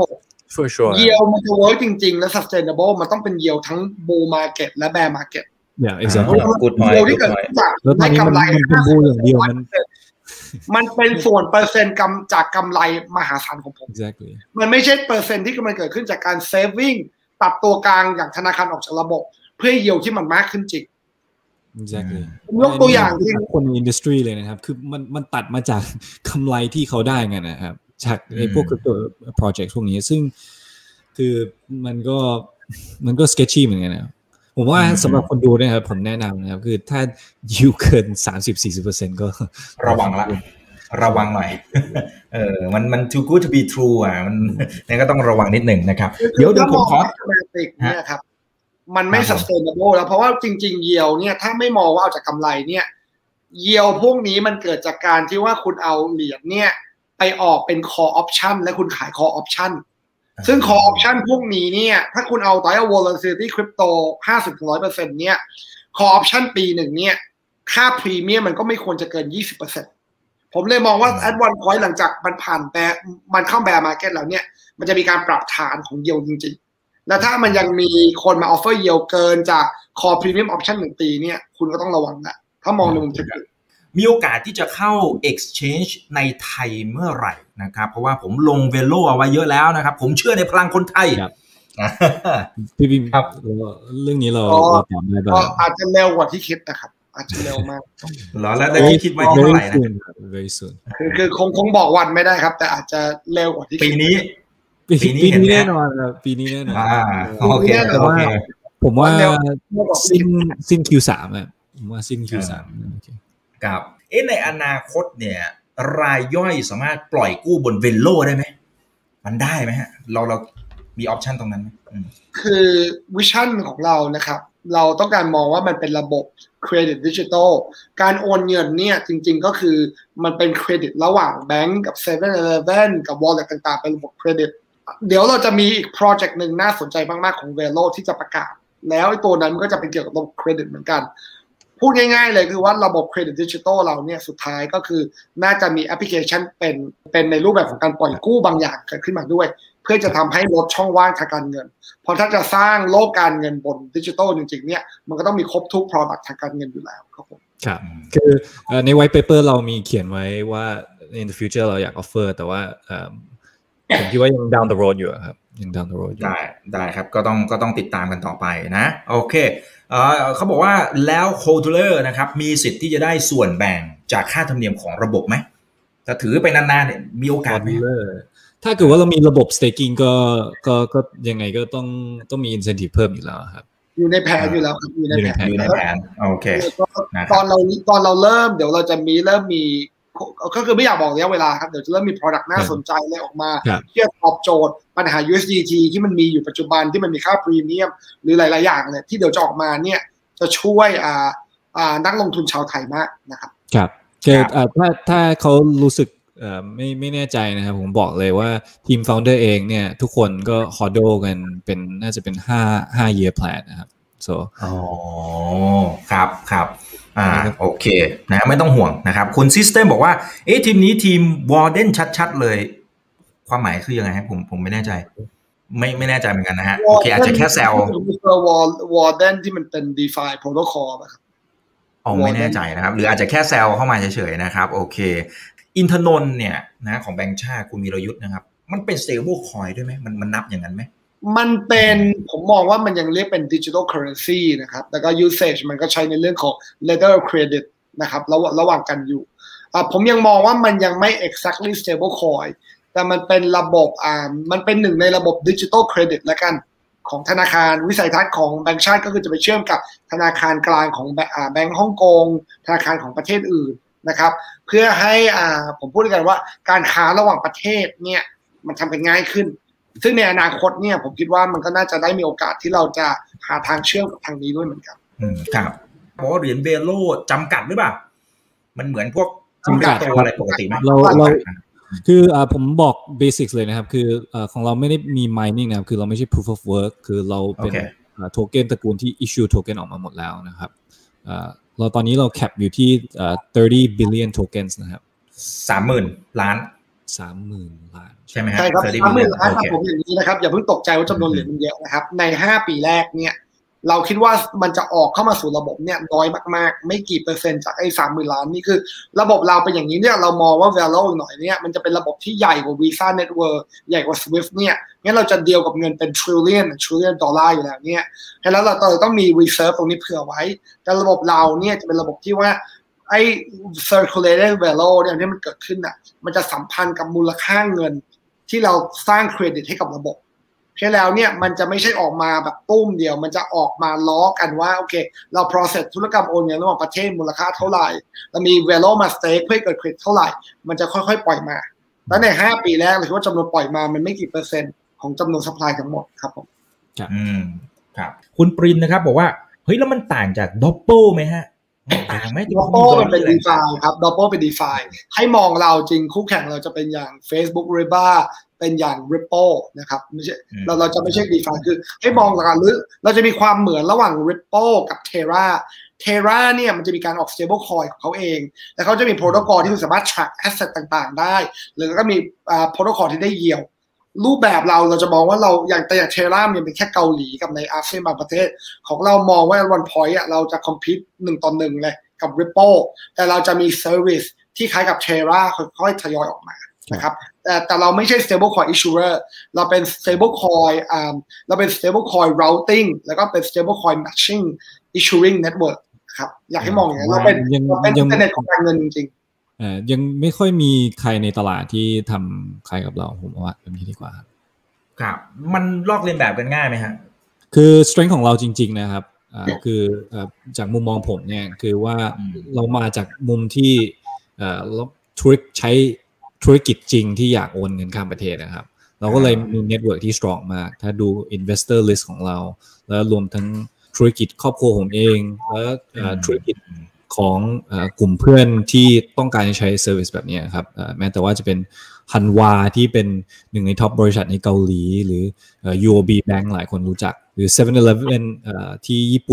for sure เยียวมันจะ work จริงๆและ sustainable มันต้องเป็นเยียวทั้ง bull market และ bear market yeah exactly เยียวที่เกิดจากได้กำไรมันเป็น bull อย่างเดียวมันมันเป็นส่วนเปอร์เซ็นต์กำจากกำไรมหาศาลของผม exactly มันไม่ใช่เปอร์เซ็นต์ที่มันเกิดขึ้นจากการ saving ตัดตัวกลางอย่างธนาคารออกจากระบบเพื่อเยียวที่มันมากขึ้นจริง exactly ยกตัวอย่างที่คนในอินดัสทรีเลยนะครับคือมันมันตัดมาจากกำไรที่เขาได้ไงนะครับจากไอ้พวก crypto project พวกนี้ซึ่งคือมันก็มันก็ sketchy เหมือนกันนะผมว่าสำหรับคนดูนะครับผมแนะนำนะครับคือถ้า yield เกิน สามสิบถึงสี่สิบเปอร์เซ็นต์ ก็ระวังละระวังหน่อยเออมันมัน too good to be true อ่ะมันนี่ก็ต้องระวังนิดหนึ่งนะครับเดี๋ยวเดี๋ยวผมขอเนี่ยครับมันไม่ sustainable แล้วเพราะว่าจริงๆเยียวเนี่ยถ้าไม่มองว่าเอาจากกำไรเนี่ยเยียวพวกนี้มันเกิดจากการที่ว่าคุณเอาเหรียญเนี่ยไปออกเป็น call option และคุณขาย call option ซึ่ง call option พวกนี้เนี่ยถ้าคุณเอาต่อ volatility crypto ห้าสิบถึงหนึ่งร้อยเปอร์เซ็นต์ เนี่ย call option ปีหนึ่งเนี่ยค่าพรีเมียมมันก็ไม่ควรจะเกิน ยี่สิบเปอร์เซ็นต์ ผมเลยมองว่า at one point หลังจากมันผ่านแบร์มันเข้า bear market แล้วเนี่ยมันจะมีการปรับฐานของเยียวจริงๆแล้วถ้ามันยังมีคนมา offer yield เกินจาก call premium option หนึ่งปีเนี่ยคุณก็ต้องระวังนะถ้ามองในมุมเทคนิคมีโอกาสที่จะเข้า exchange ในไทยเมื่อไหร่นะครับเพราะว่าผมลง Velo เอาไว้เยอะแล้วนะครับผมเชื่อในพลังคนไทยพี่บิ๊มครับเรื่องนี้เราเราตอบได้บ้างอาจจะเร็วกว่าที่คิดนะครับอาจจะเร็วมากเหรอแล้วได้คิดไว้ที่เท่าไหร่นะ very soon คือคือคงคงบอกวันไม่ได้ครับแต่อาจจะเร็วกว่าที่ปีนี้ปีนี้แน่นอนครับปีนี้แน่นอนอ่าโอเคแต่ว่าผมว่าสิ้นสิ้น คิว สาม อ่ะผมว่าสิ้น คิว สาม โอเคครับเอ๊ะในอนาคตเนี่ยรายย่อยสามารถปล่อยกู้บน Velo ได้ไหมมันได้ไหมฮะเราเรามีออปชันตรงนั้นไหมคือวิชั่นของเรานะครับเราต้องการมองว่ามันเป็นระบบเครดิตดิจิทัลการโอนเงินเนี่ยจริงๆก็คือมันเป็นเครดิตระหว่างแบงก์กับ เซเว่น Eleven กับ Wallet ต่างๆเป็นระบบเครดิตเดี๋ยวเราจะมีอีกโปรเจกต์นึงน่าสนใจมากๆของ Velo ที่จะประกาศแล้วไอ้ตัวนั้นมันก็จะเป็นเกี่ยวกับระบบเครดิตเหมือนกันพูดง่ายๆเลยคือว่าระบบเครดิตดิจิทัลเราเนี่ยสุดท้ายก็คือน่าจะมีแอปพลิเคชันเป็นเป็นในรูปแบบของการปล่อยกู้บางอย่างเกิดขึ้นมาด้วยเพื่อจะทำให้ลดช่องว่างทางการเงินเพราะถ้าจะสร้างโลกการเงินบนดิจิทัลจริงๆเนี่ยมันก็ต้องมีครบทุก product ทางการเงินอยู่แล้วครับผมครับคือใน white paper เรามีเขียนไว้ว่า in the future เราอยาก offer แต่ว่าผมคิดว่ายัง down the road อยู่ครับยัง down the road อยู่ได้ได้ครับก็ต้องก็ต้องติดตามกันต่อไปนะโอเคเอ่อเขาบอกว่าแล้ว holder นะครับมีสิทธิ์ที่จะได้ส่วนแบ่งจากค่าธรรมเนียมของระบบไหมถ้าถือไปนานๆเนี่ยมีโอกาสไหมถ้าเกิดว่าเรามีระบบ staking ก็ก็ก็ยังไงก็ต้องต้องมี incentive เพิ่มอยู่แล้วครับอยู่ในแผนอยู่แล้วครับอยู่ในแผนอยู่ในแผนโอเคตอนเราตอนเราเริ่มเดี๋ยวเราจะมีเริ่มมีก็คือไม่อยากบอกระยะเวลาครับเดี๋ยวจะเริ่มมี product น่าสนใจอะไรออกมาที่จะตอบโจทย์ปัญหา ยู เอส ดี ที ที่มันมีอยู่ปัจจุบันที่มันมีค่าพรีเมียมหรือหลายๆอย่างเนี่ยที่เดี๋ยวจะออกมาเนี่ยจะช่วยอ่าอ่านักลงทุนชาวไทยมากนะครับครับเกิดถ้าถ้าเขารู้สึกเอ่อไม่ไม่แน่ใจนะครับผมบอกเลยว่าทีม founder เองเนี่ยทุกคนก็ฮอดโดกันเป็นน่าจะเป็นห้า ห้า year plan นะครับ so อ๋อครับครับอ่าโอเคนะไม่ต้องห่วงนะครับคุณ System บอกว่าเอ๊ะทีมนี้ทีม Warden ชัดๆเลยความหมายคือยังไงครับผมผมไม่แน่ใจไม่ไม่แน่ใจเหมือนกันนะฮะโอเคอาจจะแค่แซว Warden ที่มันเป็น DeFi protocol ป่ะครับอ๋อไม่แน่ใจนะครับหรืออาจจะแค่แซวเข้ามาเฉยๆนะครับโอเคอินทนนท์เนี่ยนะของแบงก์ชาติคุณวีรยุทธ์นะครับมันเป็น stable coin ด้วยไหมมันมันนับอย่างนั้นไหมมันเป็นผมมองว่ามันยังเรียกเป็น digital currency นะครับแล้วก็ usage มันก็ใช้ในเรื่องของ letter of credit นะครับระหว่างระหว่างกันอยู่อ่าผมยังมองว่ามันยังไม่ exactly stable coin แต่มันเป็นระบบอ่ามันเป็นหนึ่งในระบบ digital credit แล้วกันของธนาคารวิสัยทัศน์ของแบงก์ชาติก็คือจะไปเชื่อมกับธนาคารกลางของอ่าแบงก์ฮ่องกงธนาคารของประเทศอื่นนะครับเพื่อให้อ่าผมพูดกันว่าการค้าระหว่างประเทศเนี่ยมันทำกันง่ายขึ้นซึ่งในอนาคตเนี่ยผมคิดว่ามันก็น่าจะได้มีโอกาสที่เราจะหาทางเชื่อมกับทางนี้ด้วยเหมือนกันอืมครับเพราะว่าเหรียญเบโลจำกัดหรือเปล่ามันเหมือนพวกจำกัดตัวอะไรปกติไหมเราเราคืออ่าผมบอกเบสิกเลยนะครับคืออ่าของเราไม่ได้มี mining นะครับคือเราไม่ใช่ proof of work คือเราเป็นอ่าโทเค็นตระกูลที่ issue โทเค็นออกมาหมดแล้วนะครับอ่าเราตอนนี้เราแคปอยู่ที่อ่า30 billion tokens นะครับสามหมื่น ล้านสามหมื่น ล้านใช่ไหมครับใช่ครับ สามหมื่น ล้านครับผมอย่างนี้นะครับอย่าเพิ่งตกใจว่าจำนวนเหรียญมันเยอะนะครับในห้าปีแรกเนี่ยเราคิดว่ามันจะออกเข้ามาสู่ระบบเนี่ยน้อยมากๆไม่กี่เปอร์เซ็นต์จากไอ้ สามหมื่น ล้านนี่คือระบบเราเป็นอย่างนี้เนี่ยเรามองว่า value หน่อยเนี่ยมันจะเป็นระบบที่ใหญ่กว่า Visa Network ใหญ่กว่า Swift เนี่ยงั้นเราจะเดียวกับเงินเป็น trillion trillion ดอลลาร์อยู่แล้วเนี่ยแล้วเราต้องมี reserve ตรงนี้เผื่อไว้แต่ระบบเราเนี่ยจะเป็นระบบที่ว่าไอ้ circulated value เนี่ยที่มันเกิดขึ้นน่ะมันจะสัมพันธ์กับมูลค่าเงินที่เราสร้างเครดิตให้กับระบบแค่แล้วเนี่ยมันจะไม่ใช่ออกมาแบบตุ้มเดียวมันจะออกมาล้อกันว่าโอเคเรา process ธุรกรรมโอนเงินระหว่างประเทศมูลค่าเท่าไหร่เรามี value มา stake เพื่อเกิดเครดิตเท่าไหร่มันจะค่อยๆปล่อยมาแล้วในห้าปีแรกเลยว่าจำนวนปล่อยมามันไม่กี่เปอร์เซ็นต์ของจำนวน supply ทั้งหมดครับผมอืมครับคุณปรินนะครับบอกว่าเฮ้ยแล้วมันต่างจาก Doppel ไหมฮะต่างไหม Doppel มันเป็น DeFi ครับ Doppel เป็น DeFi ให้มองเราจริงคู่แข่งเราจะเป็นอย่าง Facebook Ribaเป็นอย่าง Ripple นะครับไม่ใช่เราเราจะไม่ใช่ DeFi คือให้มองหลักหรือเราจะมีความเหมือนระหว่าง Ripple กับ Terra Terra เนี่ยมันจะมีการออก stable coin ของเขาเองแต่เขาจะมีโปรโตคอลที่สามารถ track asset ต่างๆได้หรือก็มีอ่าโปรโตคอลที่ได้ yield รูปแบบเราเราจะมองว่าเราอย่างแต่อย่าง Terra มันเป็นแค่เกาหลีกับในอาเซียนบางประเทศของเรามองว่า one point อ่ะเราจะ compete หนึ่งต่อหนึ่งเลยกับ Ripple แต่เราจะมี service ที่คล้ายกับ Terra ค่อยๆทยอยออกมานะครับแต่แต่เราไม่ใช่ stable coin issuer เราเป็น stable coin อ่าเราเป็น stable coin routing แล้วก็เป็น stable coin matching issuing network ครับอยากให้มองอย่างนี้เราเป็นเราเป็นอินเทอร์เน็ตของการเงินจริงๆอ่ายังไม่ค่อยมีใครในตลาดที่ทำคล้ายกับเราผมว่าแบบนี้ดีกว่าครับมันลอกเลียนแบบกันง่ายไหมฮะคือ strength ของเราจริงๆนะครับอ่าคือจากมุมมองผมเนี่ยคือว่าเรามาจากมุมที่เอ่อธุรกิจใช้ธุรกิจจริงที่อยากโอนเงินข้ามประเทศนะครับเราก็เลยมีเน็ตเวิร์กที่ strong มากถ้าดู investor list ของเราแล้วรวมทั้งธุรกิจครอบครัวผมเองแล้วธุรกิจของกลุ่มเพื่อนที่ต้องการใช้ service แบบนี้ครับแม้แต่ว่าจะเป็นฮันวาที่เป็นหนึ่งในท็อปบริษัทในเกาหลีหรือ ยู โอ บี Bank หลายคนรู้จักหรือ เซเว่น Eleven ที่ญี่ปุ่น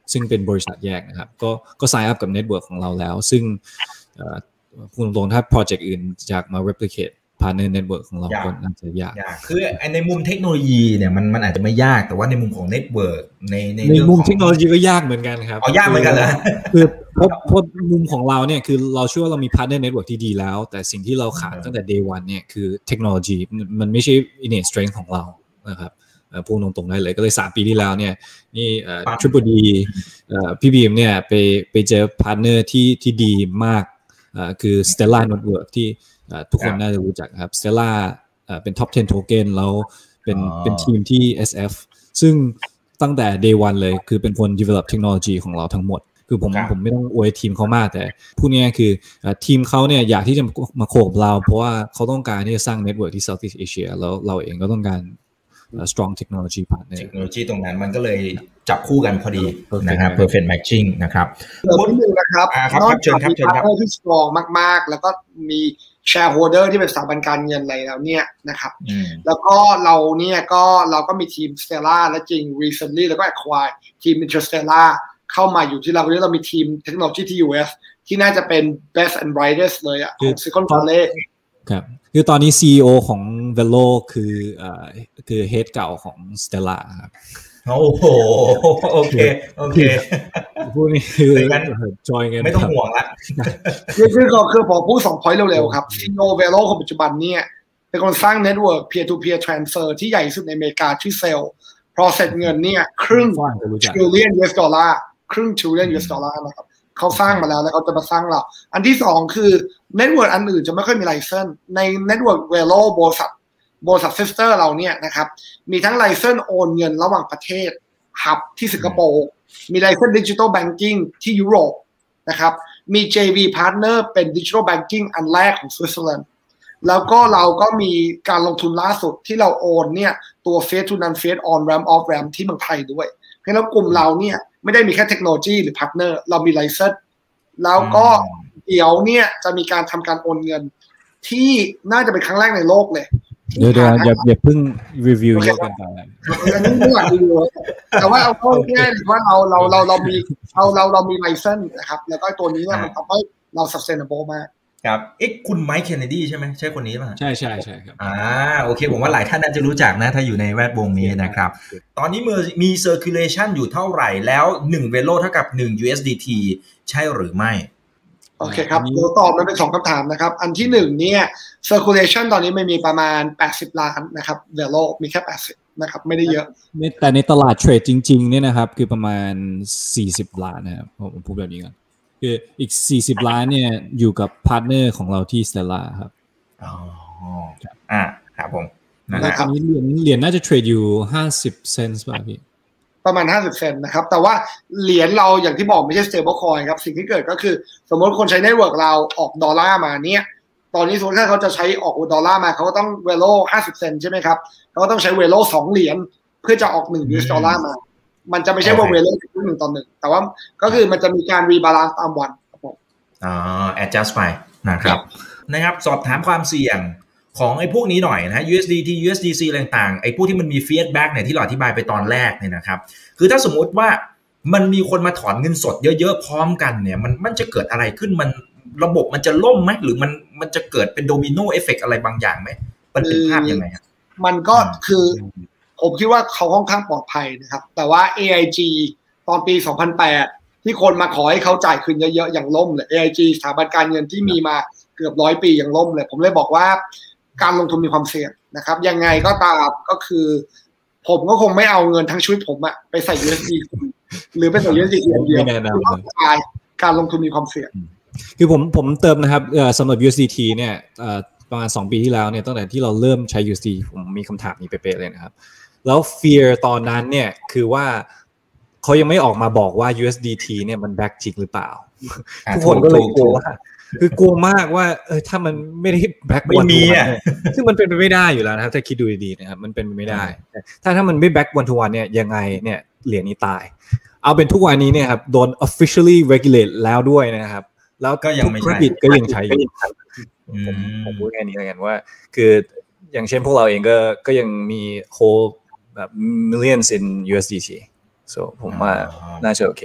ซึ่งเป็นบริษัทแยกนะครับก็ก็ sign up กับ network ของเราแล้วซึ่งพูดตรงๆถ้า project อื่นอยากมา replicate partner network ของเราก็น่าจะยากคือในมุมเทคโนโลยีเนี่ยมันมันอาจจะไม่ยากแต่ว่าในมุมของ network ในในในมุมเทคโนโลยีก็ยากเหมือนกันครับอ๋อยากเหมือนกันเหรอคือเพราะเพราะมุมของเราเนี่ยคือเราเชื่อว่าเรามี partner network ที่ดีแล้วแต่สิ่งที่เราขาดตั้งแต่ day one เนี่ยคือเทคโนโลยีมันไม่ใช่ innate strength ของเรานะครับพูดตรงๆได้เลยก็เลยสามปีที่แล้วเนี่ยนี่เอ่อ Triple D เอ่อพี่บีมเนี่ยไปไปเจอ partner ที่ที่ดีมากเอ่อคือ Stellar Network ที่ทุกคนน่าจะรู้จักครับ Stellar เป็น top สิบ token แล้วเป็นเป็นทีมที่ เอส เอฟ ซึ่งตั้งแต่ day one เลยคือเป็นคน develop เทคโนโลยีของเราทั้งหมดคือผมผมไม่ต้องอวยทีมเขามากแต่พูดง่ายๆคือทีมเขาเนี่ยอยากที่จะมาโคกับเราเพราะว่าเขาต้องการที่จะสร้าง network ที่ Southeast Asia แล้วเราเองก็ต้องการstrong technology partner เทคโนโลยีตรงนั้นมันก็เลยจับคู่กันพอดีนะครับ perfect matching นะครับคนนึงนะครับนอกจากมี partner ที่ strong มากๆแล้วก็มี shareholder ที่เป็นสถาบันการเงินอะไรแล้วเนี่ยนะครับแล้วก็เราเนี่ยก็เราก็มีทีม Stellar และจริง recently แล้วก็ acquire ทีม Interstellar เข้ามาอยู่ที่เราเรียกเรามีทีมเทคโนโลยีที่ ยู เอส ที่น่าจะเป็น best and brightest เลยอ่ะของ Silicon Valley ครับคือตอนนี้ ซี อี โอ ของ Velo คือเอ่อคือ head เก่าของ Stella ครับโอ้โหโอเคโอเคพูดนี่คือจอยกันไม่ต้องห่วงละคือคือคือผมพูดสอง point เร็วๆครับ ซี อี โอ Velo คนปัจจุบันเนี่ยเป็นคนสร้าง network peer to peer transfer ที่ใหญ่ที่สุดในอเมริกาชื่อเซล process เงินเนี่ยครึ่ง trillion ยู เอส ดอลลาร์ครึ่ง trillion ยู เอส ดอลลาร์นะครับเขาสร้างมาแล้วแล้วเขาจะมาสร้างเราอันที่สองคือเน็ตเวิร์กอันอื่นจะไม่ค่อยมีไลเซนส์ในเน็ตเวิร์กเวโลบริษัทบริษัทซิสเตอร์เราเนี่ยนะครับมีทั้งไลเซนส์โอนเงินระหว่างประเทศฮับที่สิงคโปร์มีไลเซนส์ดิจิทัลแบงกิ้งที่ยุโรปนะครับมี เจ วี Partner เป็นดิจิทัลแบงกิ้งอันแรกของสวิตเซอร์แลนด์แล้วก็เราก็มีการลงทุนล่าสุดที่เราโอนเนี่ยตัว Face to Non Face On Ramp Off Ramp ที่เมืองไทยด้วยเพราะฉะนั้นกลุ่มเราเนี่ยไม่ได้มีแค่เทคโนโลยีหรือพาร์ทเนอร์เรามีไลเซนส์แล้วก็เดี๋ยวเนี่ยจะมีการทำการโอนเงินที่น่าจะเป็นครั้งแรกในโลกเลยเดี๋ยวๆอย่าอย่าเพิ่งรีวิวเยอะเกินไปอันนี้ไม่อยากรีวิวแต่ว่าเอาเข้าง่ายๆว่าเราเราเราเรามีเราเราเรามีไลเซนส์นะครับแล้วก็ตัวนี้เนี่ยมันทำให้เรา sustainable มากครับเอ๊ะคุณไมค์เคนเนดีใช่ไหมใช่คนนี้ป่ะใช่ใช่ใช่ครับอ่าโอเคผมว่าหลายท่านน่าจะรู้จักนะถ้าอยู่ในแวดวงนี้นะครับตอนนี้มีมี circulation อยู่เท่าไหร่แล้วหนึ่ง Velo เท่ากับหนึ่ง ยู เอส ดี ที ใช่หรือไม่โอเคครับเดี๋ยวตอบมันเป็นสองคำถามนะครับอันที่หนึ่งเนี่ย circulation ตอนนี้มันมีประมาณแปดสิบล้านนะครับ Velo มีแค่แปดสิบนะครับไม่ได้เยอะแต่ในตลาดเทรดจริงๆเนี่ยนะครับคือประมาณสี่สิบล้านนะครับผมพูดแบบนี้กันคืออีกสี่สิบล้านเนี่ยอยู่กับพาร์ทเนอร์ของเราที่ Stellar ครับอ๋ออ่าครับผมนะครับอันนี้เหรียญเหรียญน่าจะเทรดอยู่ห้าสิบเซนต์ป่ะพี่ประมาณห้าสิบเซนต์นะครับแต่ว่าเหรียญเราอย่างที่บอกไม่ใช่ stable coin ครับสิ่งที่เกิดก็คือสมมติคนใช้ network เราออกดอลลาร์มาเนี่ยตอนนี้สมมติถ้าเขาจะใช้ออกดอลลาร์มาเขาก็ต้อง Velo ห้าสิบเซนต์ใช่ไหมครับเขาก็ต้องใช้ Velo สองเหรียญเพื่อจะออกหนึ่ง ยู เอส ดอลลาร์มามันจะไม่ใช่ว่า Velo หนึ่งต่อหนึ่งแต่ว่าก็คือมันจะมีการ rebalance ตามวันครับผมอ๋อ adjust ไปนะครับนะครับสอบถามความเสี่ยงของไอ้พวกนี้หน่อยนะ ยู เอส ดี ที ยู เอส ดี ซี อะไรต่างๆไอ้พวกที่มันมี feedback เนี่ยที่เราอธิบายไปตอนแรกเนี่ยนะครับคือถ้าสมมุติว่ามันมีคนมาถอนเงินสดเยอะๆพร้อมกันเนี่ยมันมันจะเกิดอะไรขึ้นมันระบบมันจะล่มไหมหรือมันมันจะเกิดเป็นโดมิโนเอฟเฟกต์อะไรบางอย่างไหมมันเป็นภาพยังไงครับมันก็คือผมคิดว่าเขาค่อนข้างปลอดภัยนะครับแต่ว่า เอ ไอ จี ตอนปีสองพันแปดที่คนมาขอให้เขาจ่ายคืนเยอะๆอย่างล่มเลย เอ ไอ จี สถาบันการเงินที่มีมาเกือบร้อยปีอย่างล่มเลยผมเลยบอกว่าการลงทุนมีความเสี่ยงนะครับยังไงก็ตามก็คือผมก็คงไม่เอาเงินทั้งชีวิตผมอะไปใส่ ยู เอส ดี หรือไปใส่ ยู เอส ดี อย่างเดียวการลงทุนมีความเสี่ยงคือผมผมเติมนะครับสำหรับ ยู เอส ดี ที เนี่ยประมาณสองปีที่แล้วเนี่ยตั้งแต่ที่เราเริ่มใช้ ยู เอส ดี ผมมีคำถามนี้เป๊ะๆเลยนะครับแล้ว fear ตอนนั้นเนี่ยคือว่าเขายังไม่ออกมาบอกว่า ยู เอส ดี ที เนี่ยมันแบ็กจริงหรือเปล่าทุกคนก็เลยกลัวว่าคือกลัวมากว่าเออถ้ามันไม่ได้แบ็กวันทูวันซึ่งมันเป็นไปไม่ได้อยู่แล้วนะครับถ้าคิดดูดีๆนะครับมันเป็นไปไม่ได้ถ้าถ้ามันไม่แบ็กวันทูวันเนี่ยยังไงเนี่ยเหรียญนี้ตายเอาเป็นทุกวันนี้เนี่ยครับโดน officially regulate แล้วด้วยนะครับแล้วก็ยังไม่ใช่ก็ยังใช้อยู่ผมผมพูดแค่นี้แล้วกันว่าคืออย่างเช่นพวกเราเองก็ก็ยังมี hold แบบ millions in ยู เอส ดี ที so ผมว่าน่าจะโอเค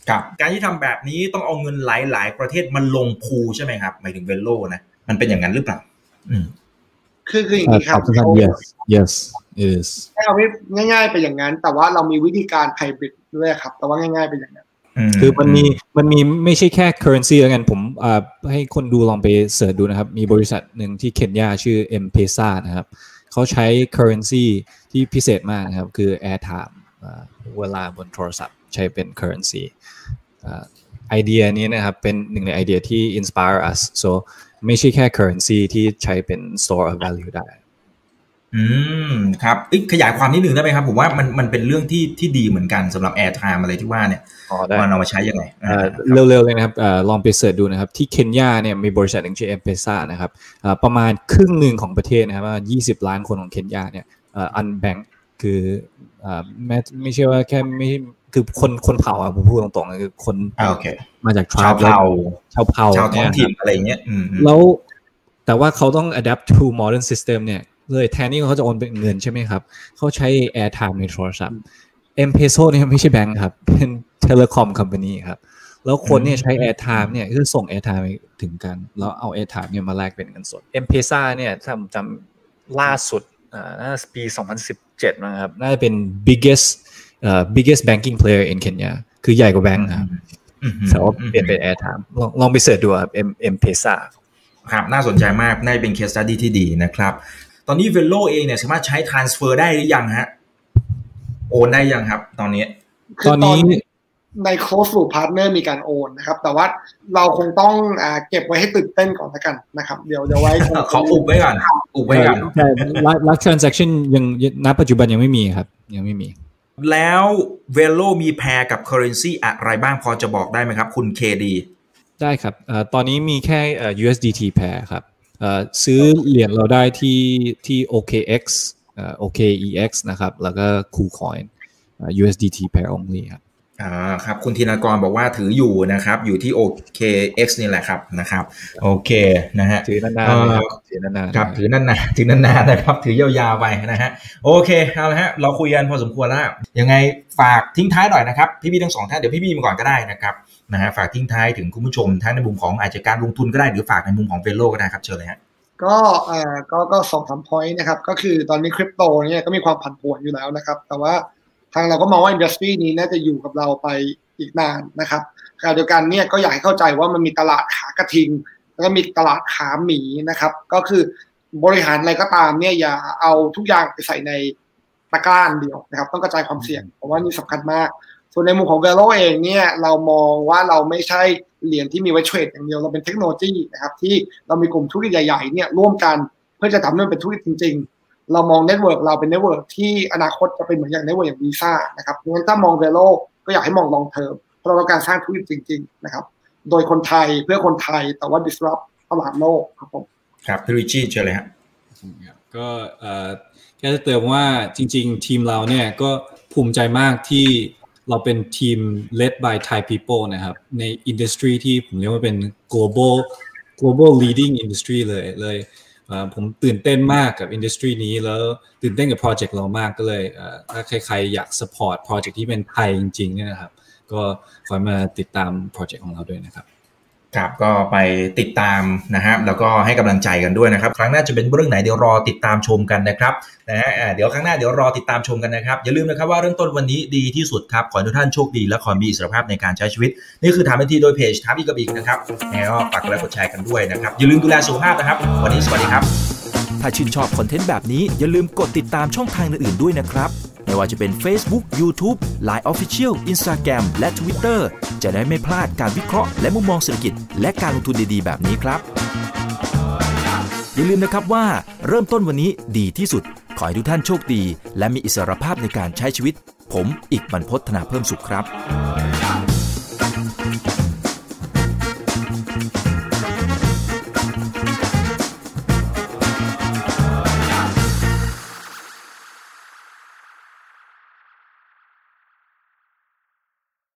ครับการที่ทำแบบนี้ต้องเอาเงินหลายๆประเทศมาลงพูลใช่ไหมครับหมายถึงเวลโลนะมันเป็นอย่างนั้นหรือเปล่าอืมคือคืออย่างนี้ครับ yes yes it is ให้เอาง่ายๆไปอย่างนั้นแต่ว่าเรามีวิธีการไฮบริดด้วยครับแต่ว่าง่ายๆไปอย่างนั้นคือมันมีมันมีไม่ใช่แค่ currency แล้วกันผมอ่าให้คนดูลองไปเสิร์ชดูนะครับมีบริษัทหนึ่งที่เคนยาชื่อ M-Pesa นะครับเขาใช้ currency ที่พิเศษมากนะครับคือ airtime เวลาบนโทรศัพท์ใช้เป็น currency ไอเดียนี้นะครับเป็นหนึ่งในไอเดียที่ inspire us so ไม่ใช่แค่ currency ที่ใช้เป็น store of value ได้อืมครับขยายความนิดนึงได้ไหมครับผมว่ามันมันเป็นเรื่องที่ที่ดีเหมือนกันสำหรับ airtime อะไรที่ว่าเนี่ยมันเอามาใช้ยังไงเร็วๆเลยนะครับลองไปเสิร์ชดูนะครับที่เคนยาเนี่ยมีบริษัทหนึ่งชื่อ M-Pesa นะครับประมาณครึ่งหนึ่งของประเทศนะครับว่ายี่สิบล้านคนของเคนยาเนี่ยอันแบงค์คือแม้ไม่ใช่ว่าแค่ไม่คือคนคนเผ่าอ่ะผมพูดตรงๆคือคนมาจากชาวเผ่าชาวเผ่าชาวท้องถิ่นอะไรเงี้ยแล้วแต่ว่าเขาต้อง adapt to modern system เนี่ยเลยแทนที่เขาจะโอนเป็นเงินใช่ไหมครับเขาใช้ airtime ในโทรศัพท์ M-Peso เนี่ยไม่ใช่แบงค์ครับเป็น telecom company ครับแล้วคนเนี่ยใช้ airtime เนี่ยคือส่ง airtime ถึงกันแล้วเอา airtime เนี่ยมาแลกเป็นเงินสด M-Pesa เนี่ยถ้าผมจำล่าสุดอ่าน่าจะปีสองพันสิบเจ็ดนะครับน่าจะเป็น biggest เอ่อ biggest banking player in Kenya คือใหญ่กว่าแบงค์ครับแต่ว่าเปลี่ยนเป็น airtime ลองลองไปเสิร์ชดูครับ M-Pesa ครับน่าสนใจมากน่าจะเป็น case study ที่ดีนะครับตอนนี้ Velo เองเนี่ยสามารถใช้ transfer ได้หรือยังฮะโอนได้ยังครับตอนนี้ตอนนี้ใน close loop partner มีการโอนนะครับแต่ว่าเราคงต้องอ่าเก็บไว้ให้ตื่นเต้นก่อนแล้วกันนะครับเดี๋ยวเดี๋ยวไว้เขาอุบไว้ก่อนอุบไว้ก่อนใช่ live transaction ยังณปัจจุบันยังไม่มีครับยังไม่มีแล้ว Velo มีแพร์กับ currency อะไรบ้างพอจะบอกได้ไหมครับคุณ เค ดีได้ครับเอ่อตอนนี้มีแค่ ยู เอส ดี ที pair ครับเอ่อซื้อเหรียญเราได้ที่ที่ โอ เค เอ็กซ์ เอ่อ โอ เค อี เอ็กซ์ นะครับแล้วก็ KuCoin เอ่อ ยู เอส ดี ที pair only ครับอ่าครับคุณธินากรบอกว่าถืออยู่นะครับอยู่ที่ โอ เค เอ็กซ์ นี่แหละครับนะครับโอเคนะฮะถือนานๆนะครับถือนานๆครับถือนานๆถือนานๆนะครับถือยาวๆไปนะฮะโอเคเอาละฮะเราคุยกันพอสมควรแล้วยังไงฝากทิ้งท้ายหน่อยนะครับพี่ๆทั้งสองท่านเดี๋ยวพี่ๆมาก่อนก็ได้นะครับนะฮะฝากทิ้งท้ายถึงคุณผู้ชมทั้งในมุมของอาจจะการลงทุนก็ได้หรือฝากในมุมของ Velo ก็ได้ครับเชิญเลยฮะก็เอ่อก็ก็ สองถึงสาม point นะครับก็คือตอนนี้คริปโตเนี่ยก็มีความผันผวนอยู่แล้วนะครับแต่ว่าทางเราก็มองว่าอินดัสทรีนี้น่าจะอยู่กับเราไปอีกนานนะครับขณะเดียวกันเนี่ยก็อยากให้เข้าใจว่ามันมีตลาดขากระทิงแล้วก็มีตลาดขาหมีนะครับก็คือบริหารอะไรก็ตามเนี่ยอย่าเอาทุกอย่างไปใส่ในตะกร้าเดียวนะครับต้องกระจายความเสี่ยงเพราะว่านี่สำคัญมากส่วนในมุมของ Velo เองเนี่ยเรามองว่าเราไม่ใช่เหรียญที่มีไว้เทรดอย่างเดียวเราเป็นเทคโนโลยีนะครับที่เรามีกลุ่มธุรกิจใหญ่ๆเนี่ยร่วมกันเพื่อจะทำให้มันเป็นธุรกิจจริงๆเรามองเน็ตเวิร์กเราเป็นเน็ตเวิร์กที่อนาคตจะเป็นเหมือนอย่างเน็ตเวิร์กอย่าง Visa นะครับงั้นถ้ามอง Velo ก็อยากให้มอง long term เพราะเราต้องการสร้างธุรกิจจริงๆนะครับโดยคนไทยเพื่อคนไทยแต่ว่า disrupt ตลาดโลกครับผมครับพี่ริชชี่เชิญเลยฮะก็เอ่อแค่จะเติมว่าจริงๆทีมเราเนี่ยก็ภูมิใจมากที่เราเป็นทีม led by Thai people นะครับในอินดัสทรีที่ผมเรียกว่าเป็น global global leading industry เลยเลยผมตื่นเต้นมากกับอินดัสทรีนี้แล้วตื่นเต้นกับโปรเจกต์เรามากก็เลยถ้าใครๆอยาก support โปรเจกต์ที่เป็นไทยจริงๆเนี่ยนะครับก็คอยมาติดตามโปรเจกต์ของเราด้วยนะครับครับก็ไปติดตามนะฮะแล้วก็ให้กำลังใจกันด้วยนะครับครั้งหน้าจะเป็นเรื่องไหนเดี๋ยวรอติดตามชมกันนะครับนะฮะเดี๋ยวครั้งหน้าเดี๋ยวรอติดตามชมกันนะครับอย่าลืมนะครับว่าเริ่มต้นวันนี้ดีที่สุดครับขอให้ทุกท่านโชคดีและขอมีอิสรภาพในการใช้ชีวิตนี่คือถามทันทีโดยเพจถามอีกกับอีกนะครับแล้วก็ฝากกดไลค์กดแชร์กันด้วยนะครับอย่าลืมดูแลสุขภาพนะครับวันนี้สวัสดีครับถ้าชื่นชอบคอนเทนต์แบบนี้อย่าลืมกดติดตามช่องทางอื่นๆด้วยนะครับไม่ว่าจะเป็น Facebook, YouTube, ไลน์ Official, Instagram และ Twitter จะได้ไม่พลาดการวิเคราะห์และมุมมองเศรษฐกิจและการลงทุนดีๆแบบนี้ครับอย่าลืมนะครับว่าเริ่มต้นวันนี้ดีที่สุดขอให้ทุกท่านโชคดีและมีอิสรภาพในการใช้ชีวิตผมอีกบรรพต ธนาเพิ่มสุขครับ